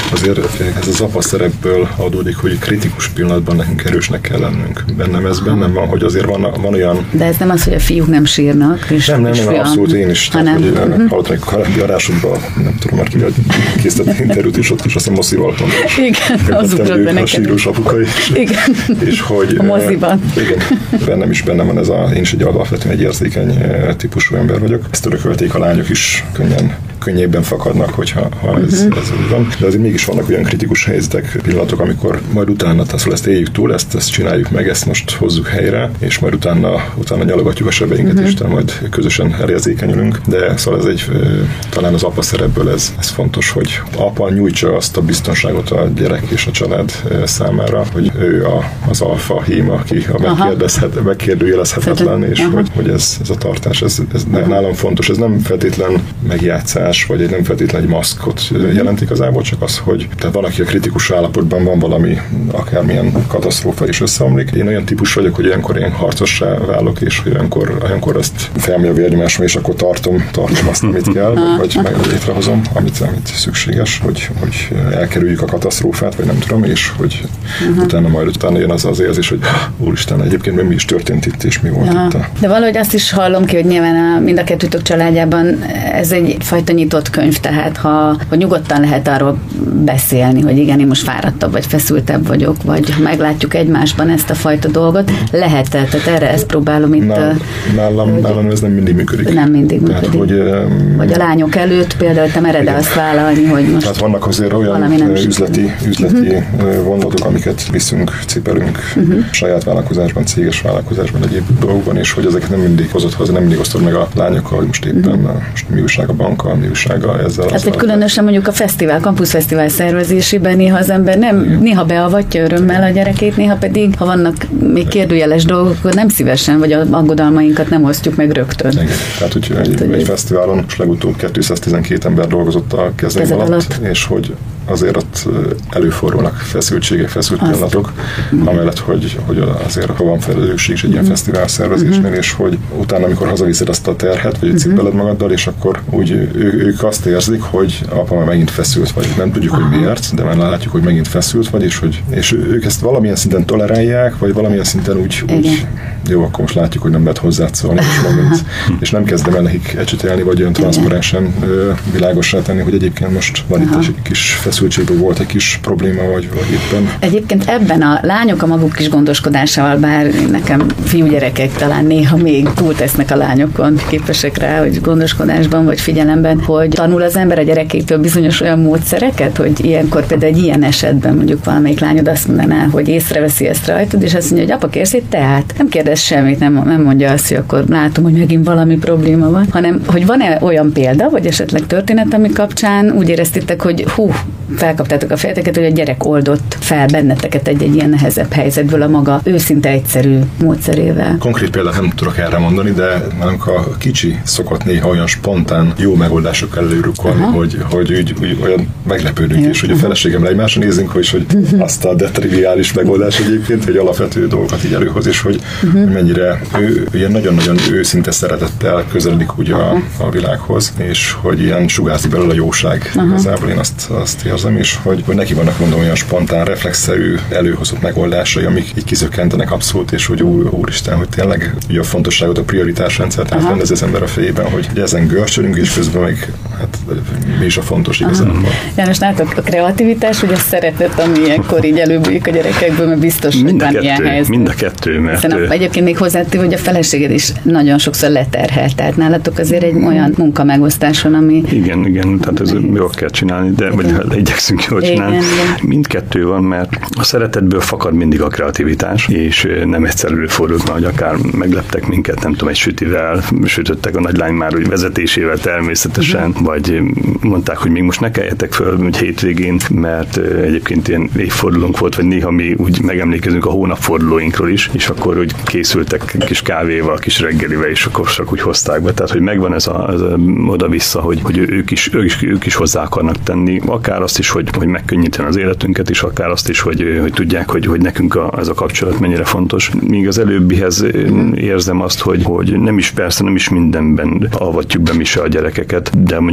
azért ez az apa szerepből adódik, hogy kritikus pillanatban nekünk erősnek kell lennünk. Bennem ez bennem van, hogy azért van, van olyan... De ez nem az, hogy a fiúk nem sírnak? És nem, nem, nem, olyan... abszolút én is. hanem... Tehát, hogy uh-huh. hallottam egy karábbi adásodban, nem tudom már ki, hogy készített interjút, és ott is azt a Moszival mondtam. Igen, az ugrott be a sírós apuka is. Igen, és hogy, a moziban. Igen, bennem is bennem van ez a, én is egy alapvetően egy érzékeny típusú ember vagyok. Ezt örökölték a lányok is könnyen könnyebben fakadnak, hogyha ha ez, uh-huh. ez úgy van. De azért mégis vannak olyan kritikus helyzetek, pillanatok, amikor majd utána, szóval ezt éljük túl, ezt, ezt csináljuk meg, ezt most hozzuk helyre, és majd utána, utána nyalogatjuk a sebeinket, uh-huh. és utána majd közösen elérzékenyülünk. De szóval ez egy, talán az apa szerepből ez, ez fontos, hogy apa nyújtsa azt a biztonságot a gyerek és a család számára, hogy ő a, az alfa hím, aki a megkérdezhet, megkérdőjelezhetetlen, és uh-huh. hogy, hogy ez, ez a tartás, ez, ez nálam fontos. Ez nem feltétlen megjátszás, vagy egy nem feltétlenül egy maszkot jelent igazából, csak az, hogy tehát van, aki a kritikus állapotban van valami, akármilyen katasztrófa is összeomlik. Én olyan típus vagyok, hogy ilyenkor én harcossá válok, és hogy olyankor, olyankor ezt felmegy a vérnyomásom, és akkor tartom, tartom azt, amit kell, vagy meg létrehozom, amit, amit szükséges, hogy, hogy elkerüljük a katasztrófát, vagy nem tudom, és hogy uh-huh. utána majd utána jön az az érzés, hogy úristen, egyébként mi is történt itt, és mi volt ja. itt a... De valahogy azt is hallom ki, hogy nyilván a, mind a kettőtök családjában ez egy fajta nyitott könyv, tehát ha, ha nyugodtan lehet arról beszélni, hogy igen, én most fáradtabb vagy feszültebb vagyok, vagy meglátjuk egymásban ezt a fajta dolgot, lehet, tehát erre ezt próbálom itt... Nálam, nálam, hogy, nálam ez nem mindig működik. Nem mindig tehát, működik. Hogy, vagy a lányok előtt például te mered azt vállalni, hogy most tehát vannak azért olyan üzleti, üzleti uh-huh. vonulatok, amiket viszünk, cipelünk uh-huh. saját vállalkozásban, céges vállalkozásban, egyéb dolgokban, és hogy ezeket nem mindig hozott haza, nem mindig osztod meg a lányokkal, hogy most éppen uh-huh. most mi újság a bankkal, mi újsága ezzel. Hát, hogy különösen mondjuk a fesztivál, kampuszfesztivál szervezésében néha az ember nem, igen. néha beavatja örömmel a gyerekét, néha pedig, ha vannak még kérdőjeles dolgok, akkor nem szívesen, vagy a aggodalmainkat nem osztjuk meg rögtön. Igen. Tehát, hogy hát, egy, egy fesztiválon most legutóbb kétszáztizenkét ember dolgozott a kezem alatt, alatt, és hogy azért ott előfordulnak feszültségek, feszült Azt. pillanatok, mm. amellett, hogy, hogy azért ha van felelősség is egy ilyen mm. fesztivál szervezésnél, mm. és hogy utána, amikor hazaviszed azt a terhet, vagy cipeled magaddal, és akkor úgy ő, ők azt érzik, hogy apa már megint feszült vagy. Nem tudjuk, Aha. hogy miért, de már látjuk, hogy megint feszült vagy, és hogy és ők ezt valamilyen szinten tolerálják, vagy valamilyen szinten úgy, úgy jó, akkor most látjuk, hogy nem lehet hozzád szólni, és, megint, és nem kezdem el nekik ecsetelni, vagy olyan transzparensen világossá tenni, hogy egyébként most van Aha. itt egy kis feszültségből volt egy kis probléma, vagy, vagy éppen. Egyébként ebben a lányok a maguk kis gondoskodásával, bár nekem fiúgyerekek talán néha még túltesznek a lányokon, képesek rá, hogy gondoskodásban vagy figyelemben, hogy tanul az ember a gyerekétől bizonyos olyan módszereket, hogy ilyenkor például egy ilyen esetben mondjuk valamelyik lányod azt mondaná, hogy észreveszi ezt rajtad, és azt mondja, hogy apa, kérsz egy teát? Nem kérdez semmit, nem, nem mondja azt, hogy akkor látom, hogy megint valami probléma van, hanem hogy van-e olyan példa, vagy esetleg történet, ami kapcsán úgy éreztétek, hogy hú, felkaptátok a fejeteket, hogy a gyerek oldott fel benneteket egy-egy ilyen nehezebb helyzetből a maga őszinte egyszerű módszerével. Konkrét példát nem tudok erre mondani, de nálunk a kicsi szokott néha olyan spontán jó megoldásokkal előrukkolni, hogy, hogy úgy, úgy, olyan meglepődünk, ja, és hogy a feleségemre egymásra nézünk, hogy, hogy uh-huh. azt a detriviális megoldás egyébként, hogy alapvető dolgokat így előhoz, és hogy uh-huh. mennyire ő ilyen nagyon-nagyon őszinte szeretettel közeledik úgy a, a világhoz, és hogy ilyen sugárzik belőle a jóság. Uh-huh. Igazából én azt, azt érzem, és hogy, hogy neki vannak mondom olyan spontán, reflexzerű, előhozott megoldásai, amik így kizökkentenek abszolút, és hogy úr, úristen, hogy tényleg ugye a fontosságot, a prioritásrendszert átrendez az ember a fejében, hogy ezen görcsölünk, és közben meg hát, mi is a fontos igazából. János, nálatok a kreativitás, vagy a szeretet, ami ilyenkor így előbújik a gyerekekből, mert biztos, hogy van kettő, ilyen helyzet. Mind a kettő, mert... Hiszen a, egyébként még hozzátéve, hogy a feleséged is nagyon sokszor leterhelt, tehát nálatok azért egy olyan munkamegosztás van, ami... Igen, igen, tehát ez jól kell csinálni, de vagy igyekszünk jól csinálni. Igen, igen. Mindkettő van, mert a szeretetből fakad mindig a kreativitás, és nem egyszer előfordult, hogy akár megleptek minket, nem tudom, egy sütivel, sütöttek a nagylány már úgy vezetésével természetesen, uh-huh. vagy mondták, hogy még most ne keljetek föl, hogy hétvégén, mert egyébként ilyen évfordulónk volt, vagy néha mi úgy megemlékezünk a hónapfordulóinkról is, és akkor úgy készültek kis kávéval, kis reggelivel, és akkor csak úgy hozták be. Tehát, hogy megvan ez, a, ez a, oda-vissza, hogy, hogy ők, is, ők, is, ők is hozzá akarnak tenni, akár azt is, hogy, hogy megkönnyíteni az életünket is, akár azt is, hogy, hogy tudják, hogy, hogy nekünk a, ez a kapcsolat mennyire fontos. Míg az előbbihez érzem azt, hogy, hogy nem is persze, nem is mindenben avatjuk be mi se a gyerekeket, de mondjuk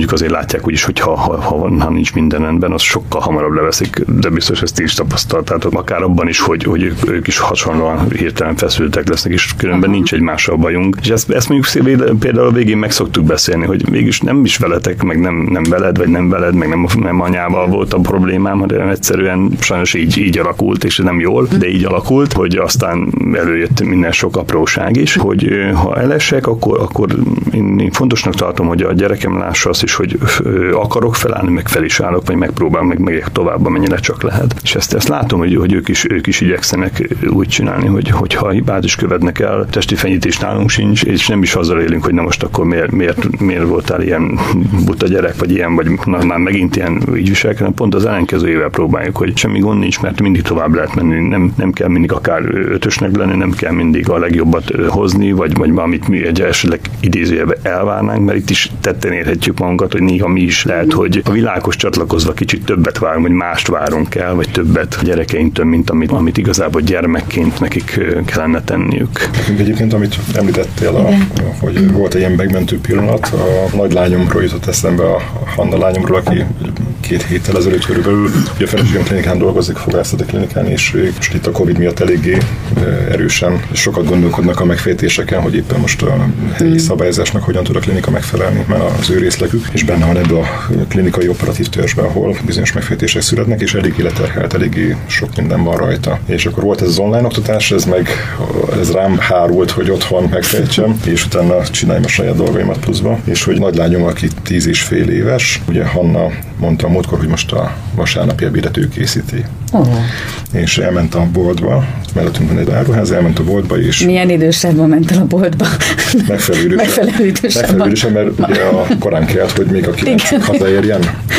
mondjuk azért látják úgyis, hogy ha, ha, ha, van, ha nincs minden rendben, az sokkal hamarabb leveszik, de biztos ezt is tapasztaltátok, akár abban is, hogy, hogy ők, ők is hasonlóan hirtelen feszültek lesznek, és különben uh-huh. nincs egymással bajunk. És ezt, ezt mondjuk például a végén meg szoktuk beszélni, hogy mégis nem is veletek, meg nem, nem veled, vagy nem veled, meg nem, nem anyával volt a problémám, hanem egyszerűen sajnos így, így alakult, és nem jól, de így alakult, hogy aztán előjött minden sok apróság is, hogy ha elesek, akkor, akkor én fontosnak tartom, hogy a gyerekem lássa azt is, hogy akarok felállni, meg fel is állok, vagy megpróbálom, meg megyek tovább, amennyire csak lehet. És ezt, ezt látom, hogy, hogy ők, is, ők is igyekszenek úgy csinálni, hogy, hogyha hibát is követnek el, testi fenyítés nálunk sincs, és nem is azzal élünk, hogy na most akkor miért, miért, miért voltál ilyen buta gyerek, vagy ilyen, vagy na, már megint ilyen így viselkedem, pont az ellenkezőjével próbáljuk, hogy semmi gond nincs, mert mindig tovább lehet menni, nem, nem kell mindig akár ötösnek lenni, nem kell mindig a legjobbat hozni, vagy, vagy amit mi egy esetleg idézőjelben elvárnánk, mert itt is tetten érhetjük magunkat, hogy néha mi is lehet, hogy a világos csatlakozva kicsit többet várunk, vagy mást várunk el, vagy többet a gyerekeinktől, mint amit, amit igazából gyermekként nekik kellene tenniük. Nekünk egyébként, amit említettél, a, hogy volt egy ilyen megmentő pillanat, a nagy lányomról jutott eszembe, a Hanna lányomról, aki két héttel ezelőtt körülbelül, ugye a feleségem klinikán dolgozik, fogászati klinikán, és most itt a Covid miatt eléggé erősen sokat gondolkodnak a megfejtéseken, hogy éppen most a helyi szabályozásnak hogyan tud a klinika megfelelni, mert az ő részlegük, és benne van ebbe a klinikai operatív törzsben, ahol bizonyos megfejtések születnek, és eléggé leterhelt, eléggé sok minden van rajta. És akkor volt ez az online oktatás, ez meg ez rám hárult, hogy otthon megfejtsem, és utána csináljam a saját dolgaimat pluszba, és hogy nagylányom, aki tíz és fél éves, ugye Hanna mondta múltkor, hogy most a vasárnapi ebédet ő készíti. Oh. És elment a boltba, mellettünk van egy áruház, elment a boltba, és... Milyen idősebben ment el a boltba? Megfelelő idősebben. Megfelelő idősebben, Megfelelő idősebben mert ugye a korán kelt, hogy még a kilencig hazaérjen.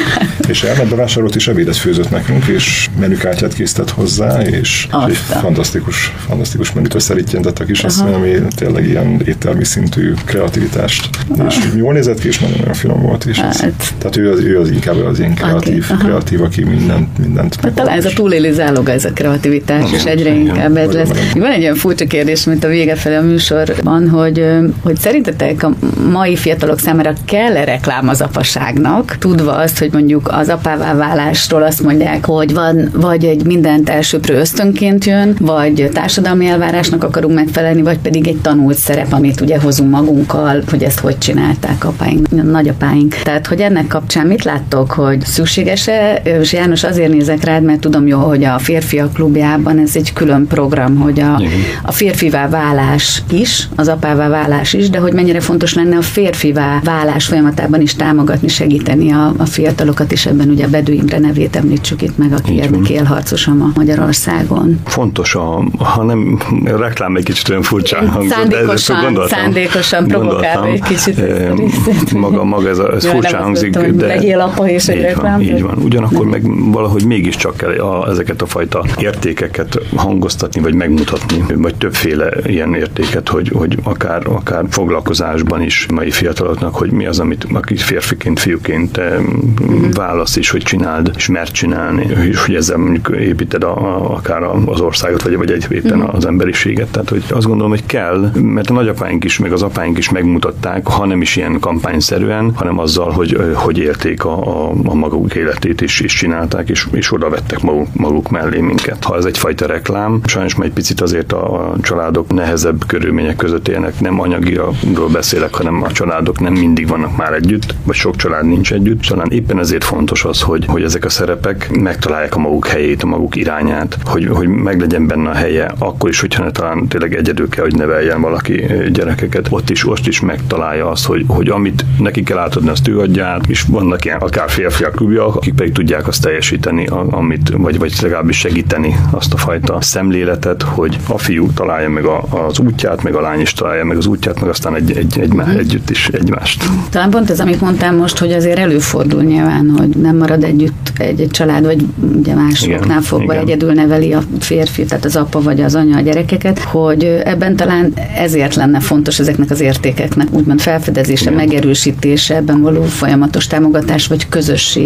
És elment, bevásárolt, és ebédet főzött nekünk, és menükártyát készített hozzá, és Aztán. egy fantasztikus, fantasztikus menüt összerítjentett a kisasszony, ami tényleg ilyen éttermi szintű kreativitást. Aha. És jól nézett ki, és nagyon-nagyon finom volt. És hát. ez, tehát ő az, ő az inkább az ilyen kreatív, okay. kreatív, aki mindent, mindent hát talán ez a túlélő záloga, ez a kreativitás, aha, és egyre igen, inkább ez lesz. Van. van egy olyan furcsa kérdés, mint a vége felé a műsorban, hogy, hogy szerintetek a mai fiatalok számára kell-e reklám az apaságnak, tudva azt, hogy mondjuk az apává válásról azt mondják, hogy van, vagy egy mindent elsőprő ösztönként jön, vagy társadalmi elvárásnak akarunk megfelelni, vagy pedig egy tanult szerep, amit ugye hozunk magunkkal, hogy ezt hogy csinálták apáink, nagyapáink. Tehát, hogy ennek kapcsán mit láttok, hogy szükséges-e? És János, azért nézek rád, mert tudom jó, hogy a Férfiak Klubjában ez egy külön program, hogy a, a férfivá válás is, az apává válás is, de hogy mennyire fontos lenne a férfivá válás folyamatában is támogatni, segíteni a, a fiatalokat, és ebben ugye Bedő Imre nevét említsük itt meg, aki érdek élharcosa ma Magyarországon. Fontos, a, ha nem reklám egy kicsit olyan furcsán hangzott, szándékosan, de gondoltam, szándékosan provokálva egy kicsit e, maga, maga ez, a, ez furcsán hangzik, mondtam, de legyél apa és egy reklám. Így van, ugyanakkor meg valahogy mégiscsak kell a, ezeket a fajta értékeket hangoztatni, vagy megmutatni, vagy többféle ilyen értéket, hogy, hogy akár, akár foglalkozásban is mai fiataloknak, hogy mi az, amit aki férfiként, fiúként mm. válasz is, hogy csináld, és mert csinálni, és hogy ezzel mondjuk építed a, a, akár az országot, vagy, vagy egy, éppen mm. az emberiséget. Tehát, hogy azt gondolom, hogy kell, mert a nagyapáink is, meg az apáink is megmutatták, ha nem is ilyen kampányszerűen, hanem azzal, hogy, hogy élték a, a, a maguk életét, és, és csinálták, és, és oda vettek maguk, maguk mellé minket. Ha ez egyfajta reklám, sajnos már egy picit azért a, a családok nehezebb körülmények között élnek, nem anyagiról beszélek, hanem a családok nem mindig vannak már együtt, vagy sok család nincs együtt. Talán éppen ezért fontos az, hogy, hogy ezek a szerepek megtalálják a maguk helyét, a maguk irányát, hogy, hogy meglegyen benne a helye, akkor is, hogyha ne talán tényleg egyedül kell, hogy neveljen valaki gyerekeket, ott is, ott is megtalálja azt, hogy, hogy amit neki kell átadni, azt ő adja át, és vannak ilyen akár Férfiak Klubja, akik pedig tudják azt teljesíteni, amit, vagy, vagy legalábbis segíteni azt a fajta szemléletet, hogy a fiú találja meg a, az útját, meg a lány is találja meg az útját, meg aztán egy, egy, egy, egy, együtt is egymást. Talán pont ez, amit mondtam most, hogy azért előfordul nyilván, hogy nem marad együtt egy, egy család, vagy ugye másoknál fogva igen. egyedül neveli a férfi, tehát az apa vagy az anya a gyerekeket, hogy ebben talán ezért lenne fontos ezeknek az értékeknek úgymond felfedezése, igen. megerősítése, ebben való folyamatos támogatás vagy közösség,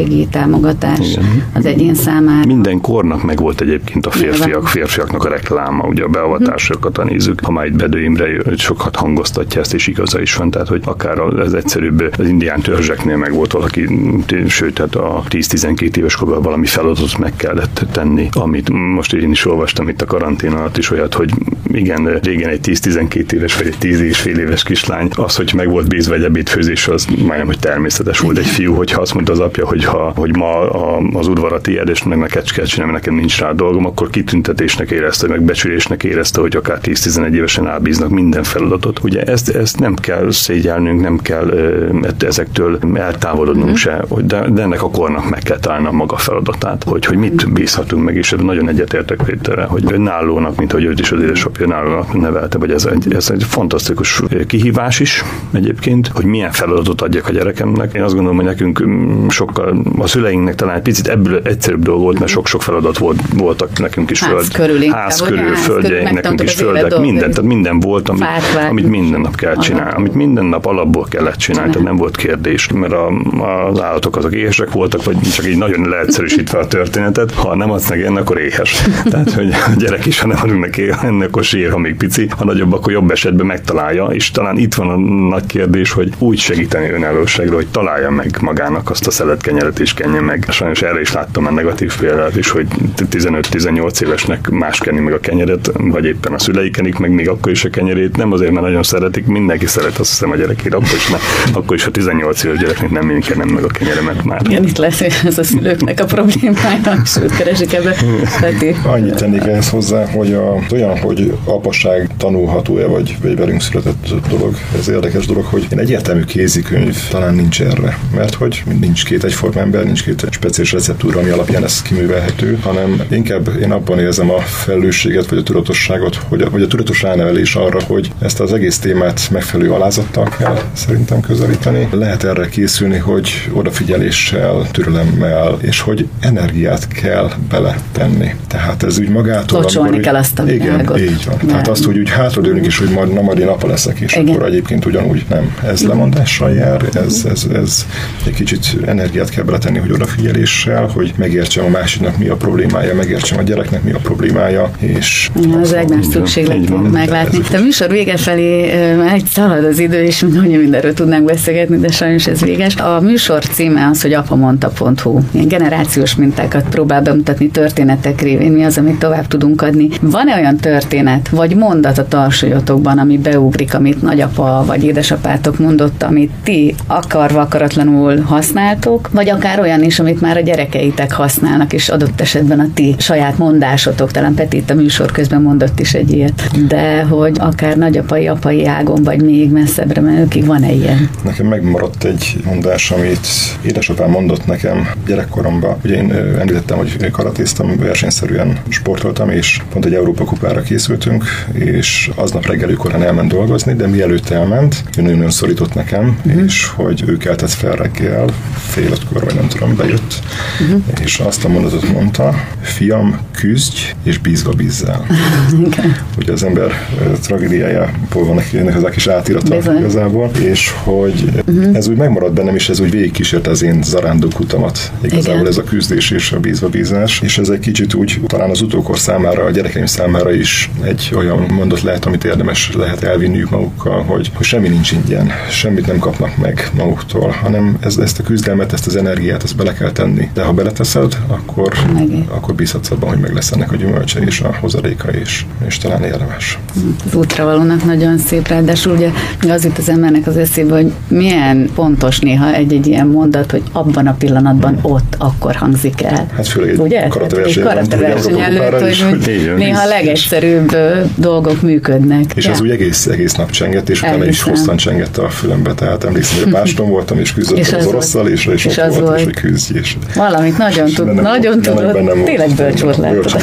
anyagi támogatás igen. az egyén számára. Minden kornak meg volt egyébként a férfiak, férfiaknak a rekláma, ugye a beavatásokat ha nézzük. Ha már itt Bedő Imre sokat hangoztatja ezt, és igaza is van, tehát hogy akár az egyszerűbb az indián törzseknél meg volt valaki, sőt, tehát a tíz-tizenkét éves korban valami feladatot meg kellett tenni, amit most én is olvastam itt a karantén alatt is olyat, hogy igen, régen egy tíz-tizenkét éves vagy egy tíz és fél éves kislány, az, hogy meg volt bízva egy ebédfőzésre, az majdnem, hogy természetes volt egy fiú, hogyha azt mondta az apja, hogy ha, hogy ma a, az udvar a tiéd, és meg neked kell csinálni, nekem nincs rá dolgom, akkor kitüntetésnek érezte, meg becsülésnek érezte, hogy akár tíz-tizenegy évesen elbíznak minden feladatot. Ugye ezt, ezt nem kell szégyelnünk, nem kell ezektől eltávolodnunk mm-hmm. se, de, de ennek a kornak meg kell találni a maga feladatát, hogy, hogy mit bízhatunk meg, és nagyon egyetértek Péterre, hogy önállónak, mint hogy őt is az édesapja önállónak nevelte, vagy ez egy, ez egy fantasztikus kihívás is egyébként, hogy milyen feladatot adjak a gyerekemnek. Én azt gondolom, hogy nekünk sokkal, a szüleinknek talán egy picit ebből egyszerűbb dolog volt, mert sok-sok feladat volt, voltak nekünk is. Ház körül, ház körül, földjeink, nekünk is földek, minden, tehát minden volt, amit, amit minden nap kell csinálni, amit minden nap alapból kellett csinálni, tehát nem volt kérdés, mert a, az állatok azok éhesek voltak, vagy csak így nagyon leegyszerűsítve a történetet, ha nem adsz neki enni, akkor éhes. Tehát, hogy a gyerek is, ha nem adunk neki enni, akkor sír, ha még pici, ha nagyobb, akkor jobb esetben megtalálja, és talán itt van a nagy kérdés, hogy úgy segíteni önállóságra, hogy találja meg magának azt a szeletkenyeret és kenje meg. Sajnos erre is láttam a negatív példát is, hogy tizenöt-tizennyolc évesnek más kenni meg a kenyeret, vagy éppen a szülei kenik meg még akkor is a kenyerét, nem azért, mert nagyon szeretik, mindenki szeret, azt hiszem a gyerekét, akkor is, mert akkor is a tizennyolc éves gyereknek nem én kennem meg a kenyeremet már. Igen, itt lesz ez a szülőknek a problémája, sőt keresik ebbe. Peti. Annyit tennék ehhez hozzá, hogy a, olyan, hogy apasság tanulható-e, vagy, vagy velünk született dolog, ez érdekes dolog, hogy egy egyértelmű kézikönyv talán nincs erre, mert hogy nincs két egyforma ember, nincs két speciális receptúra, ami alapján ez kiművelhető, hanem inkább én abban érzem a felelősséget, vagy a tudatosságot, hogy a, vagy a tudatos ránevelés arra, hogy ezt az egész témát megfelelő alázattal kell szerintem közelíteni. Lehet erre készülni, hogy odafigyeléssel, türelemmel, és hogy energiát kell beletenni. Tehát ez úgy magától... Locsolni kell azt a világot. Igen, így van. Nem. Tehát azt, hogy úgy hátradőlünk is, hogy majd, na majd én apa leszek, és igen. akkor egyébként ugyanúgy nem. Ez lemondással jár, ez, ez, ez egy kicsit energiát kell beletenni, hogy odafigyeléssel, hogy megértsem a másiknak mi a problémája, megértsem a gyereknek mi a problémája, és... Ja, az egymás szükségletét meglátni. A műsor vége felé már egy szalad az idő, és nagyon mindenről tudnánk beszélgetni, de sajnos ez véges. A műsor címe az, hogy apamondta pont hu. Ilyen generációs mintákat próbál bemutatni történetek révén, mi az, amit tovább tudunk adni. Van-e olyan történet, vagy mondat a tarsolyotokban, ami beugrik, amit nagyapa vagy édesapátok mondott, amit ti akarva akaratlanul használtok, vagy akár olyan is, amit már a gyerekeitek használnak, és adott esetben a ti saját mondásotok, talán Peti itt a műsor közben mondott is egy ilyet, de hogy akár nagyapai, apai ágon, vagy még messzebbre menőkig van-e ilyen? Nekem megmaradt egy mondás, amit édesapám mondott nekem gyerekkoromban. Ugye én említettem, hogy karatéztam, versenyszerűen sportoltam, és pont egy Európa kupára készültünk, és aznap reggel korán elment dolgozni, de mielőtt elment, ő nagyon szorított nekem, uh-huh. és hogy ő keltett fel reggel, fél ötkor, vagy nem tudom, bejött, uh-huh. és azt a mondatot mondta, fiam, küzdj, és bízva bízzel. Okay. Ugye az ember tragédiájából van ennek az a kis átirata Bizony. igazából, és hogy uh-huh. ez úgy megmaradt bennem, és ez úgy végigkísérte az én zarándok utamat. Igazából Igen. ez a küzdés és a bízva bízás, és ez egy kicsit úgy talán az utókor számára, a gyerekeim számára is egy olyan mondat lehet, amit érdemes lehet elvinniük magukkal, hogy, hogy semmi nincs ingyen, semmit nem kapnak meg maguktól, hanem ez, ezt a küzdelmet, ezt az energiát, ezt bele kell tenni. De ha beleteszed, akkor, akkor bízhatsz abban, hogy meg lesz ennek a gyümölcse és a hozadéka is, és talán érdemes. Az útravalónak nagyon szép, ráadásul ugye az itt az embernek az eszébe, hogy milyen pontos néha egy-egy ilyen mondat, hogy abban a pillanatban hmm. ott akkor hangzik el. Hát főleg egy ugye? karateverseny előtt, hogy, hogy néha a legegyszerűbb dolgok működnek. És ja. az úgy egész, egész nap csengett, és utána is hosszan csengett a fülembe. Tehát emlékszem, hogy a páston voltam, és küzdöttem az orosszal, és, és, és ott volt, volt, és hogy küzdj. És valamit nagyon tud, nagyon tudod, tényleg bölcs volt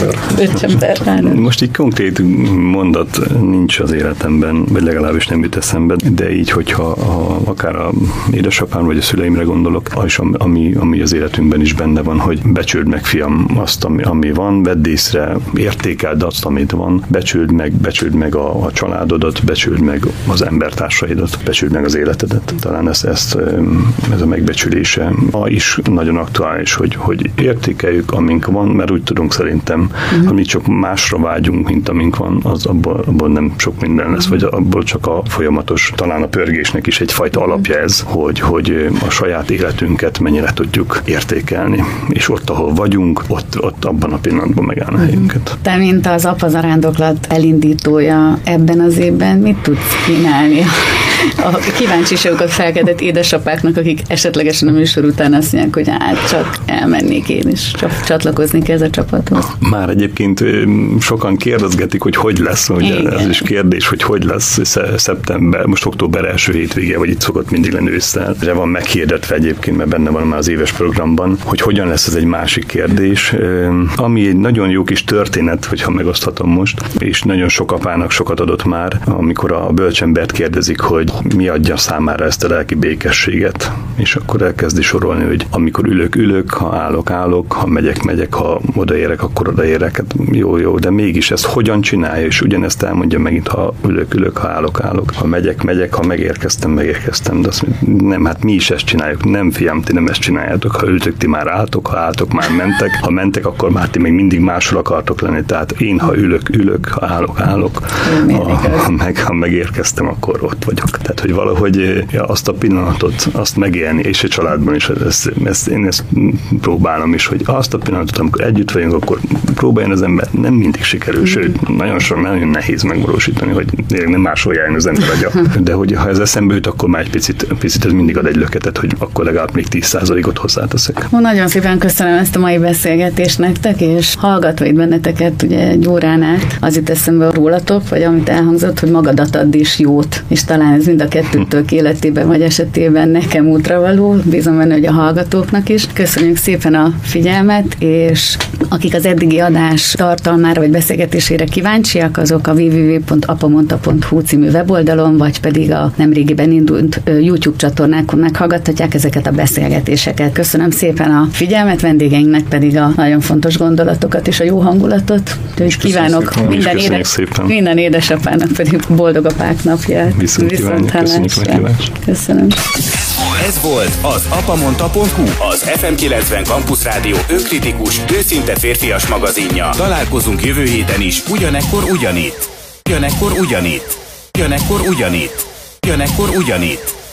lehet. Most így konkrét mondat nincs az életemben, vagy legalábbis nem jut eszembe, de így, hogyha a, akár a édesapám vagy a szüleimre gondolok, és ami, ami az életünkben is benne van, hogy becsüld meg, fiam, azt, ami, ami van, vedd észre, értékeld azt, amit van, becsüld meg, becsüld meg a, a családodat, becsüld meg az embertársaidat, becsüld meg az életedet. Talán ezt, ezt ez a megbecsülése. ma is nagyon aktuális, hogy, hogy értékeljük, amink van, mert úgy tudunk szerintem, uh-huh. amit csak másra vágyunk, mint amink van, az abból, abból nem sok minden lesz, uh-huh. vagy abból csak a folyamatos, talán a pörgésnek is egyfajta uh-huh. alapja ez, hogy, hogy a saját életünket mennyire tudjuk értékelni. És ott, ahol vagyunk, ott, ott abban a pillanatban megáll a helyünket. Te, mint az apa zarándoklat elindítója ebben az évben, mit tudsz kínálni a kíváncsiságokat felkeltett édesapáknak, akik esetlegesen a műsor után azt mondják, hogy hát csak elmennék én is, csak csatlakozni ez a csapathoz? Már egyébként sokan kérdezgetik, hogy hogy lesz, ugye ez is kérdés, hogy hogy lesz szeptember, most október első hétvége, vagy itt szokott mindig lenni ősszel. Erre van meghirdetve egyébként, mert benne van már az éves programban, hogy hogyan lesz, ez egy másik kérdés. Ami egy nagyon jó kis történet, hogyha megoszthatom most, és nagyon sok apának sokat adott már, amikor a bölcsembert kérdezik, hogy mi adja számára ezt a lelki békességet, és akkor elkezdi sorolni, hogy amikor ülök, ülök, ha állok, állok, ha megyek, megyek, ha odaérek, akkor odaérek. Hát jó, jó, de mégis ezt hogyan csinálja, és ugyanezt elmondja megint, ha ülök, ülök, ha állok, állok, ha megyek, megyek, ha megérkeztem, megérkeztem, de azt mondja, nem, hát mi is ezt csináljuk, nem fiam, ti nem ezt csináljátok, ha ültök, ti már álltok, ha álltok, már mentek, ha mentek, akkor már ti még mindig máshol akartok lenni, tehát én, ha ülök, ülök, ha állok, állok, ha, ha, meg, ha megérkeztem, akkor ott vagyok. Tehát, hogy valahogy ja, azt a pillanatot, azt megélni, és a családban is, ezt, ezt, én ezt próbálom is, hogy azt a pillanatot, amikor együtt vagyunk, akkor próbáljon az ember, nem mindig sikerül, mm. sőt, nagyon, nagyon nehéz megvalósítani, hogy nem máshol járjon az ember agya. De hogy ha ez eszembe jut, akkor már egy picit, picit ez mindig ad egy löketet, hogy akkor legalább még tíz százalékot hozzáteszek. Nagyon szépen köszönöm ezt a mai beszélgetést nektek, és hallgatva itt benneteket ugye egy órán át, az itt eszembe rólatok, vagy amit elhangzott, hogy magadat add is jót, és talán ez mind a kettőtök életében vagy esetében nekem útravaló, bízom benne, hogy a hallgatóknak is. Köszönjük szépen a figyelmet, és akik az eddigi adás tartalmára vagy beszélgetésére kíváncsiak, azok a double-u double-u double-u pont apamonta pont hu című weboldalon, vagy pedig a nemrégiben indult YouTube csatornákon meghallgathatják ezeket a beszélgetéseket. Köszönöm szépen a figyelmet, vendégeinknek pedig a nagyon fontos gondolatokat és a jó hangulatot. És kívánok minden, édes, minden édesapának pedig boldog apák napját. Viszont kívánjuk, köszönjük meghívást. Köszönöm. Ez volt az apamonta pont hu, az ef em kilencven Campus Rádió önkritikus, őszinte férfias magazinja. Találkozunk jövő héten is, ugyanekkor ugyanitt. Ugyanekkor ugyanitt. Ugyanekkor ugyanitt. Ugyanekkor ugyanitt.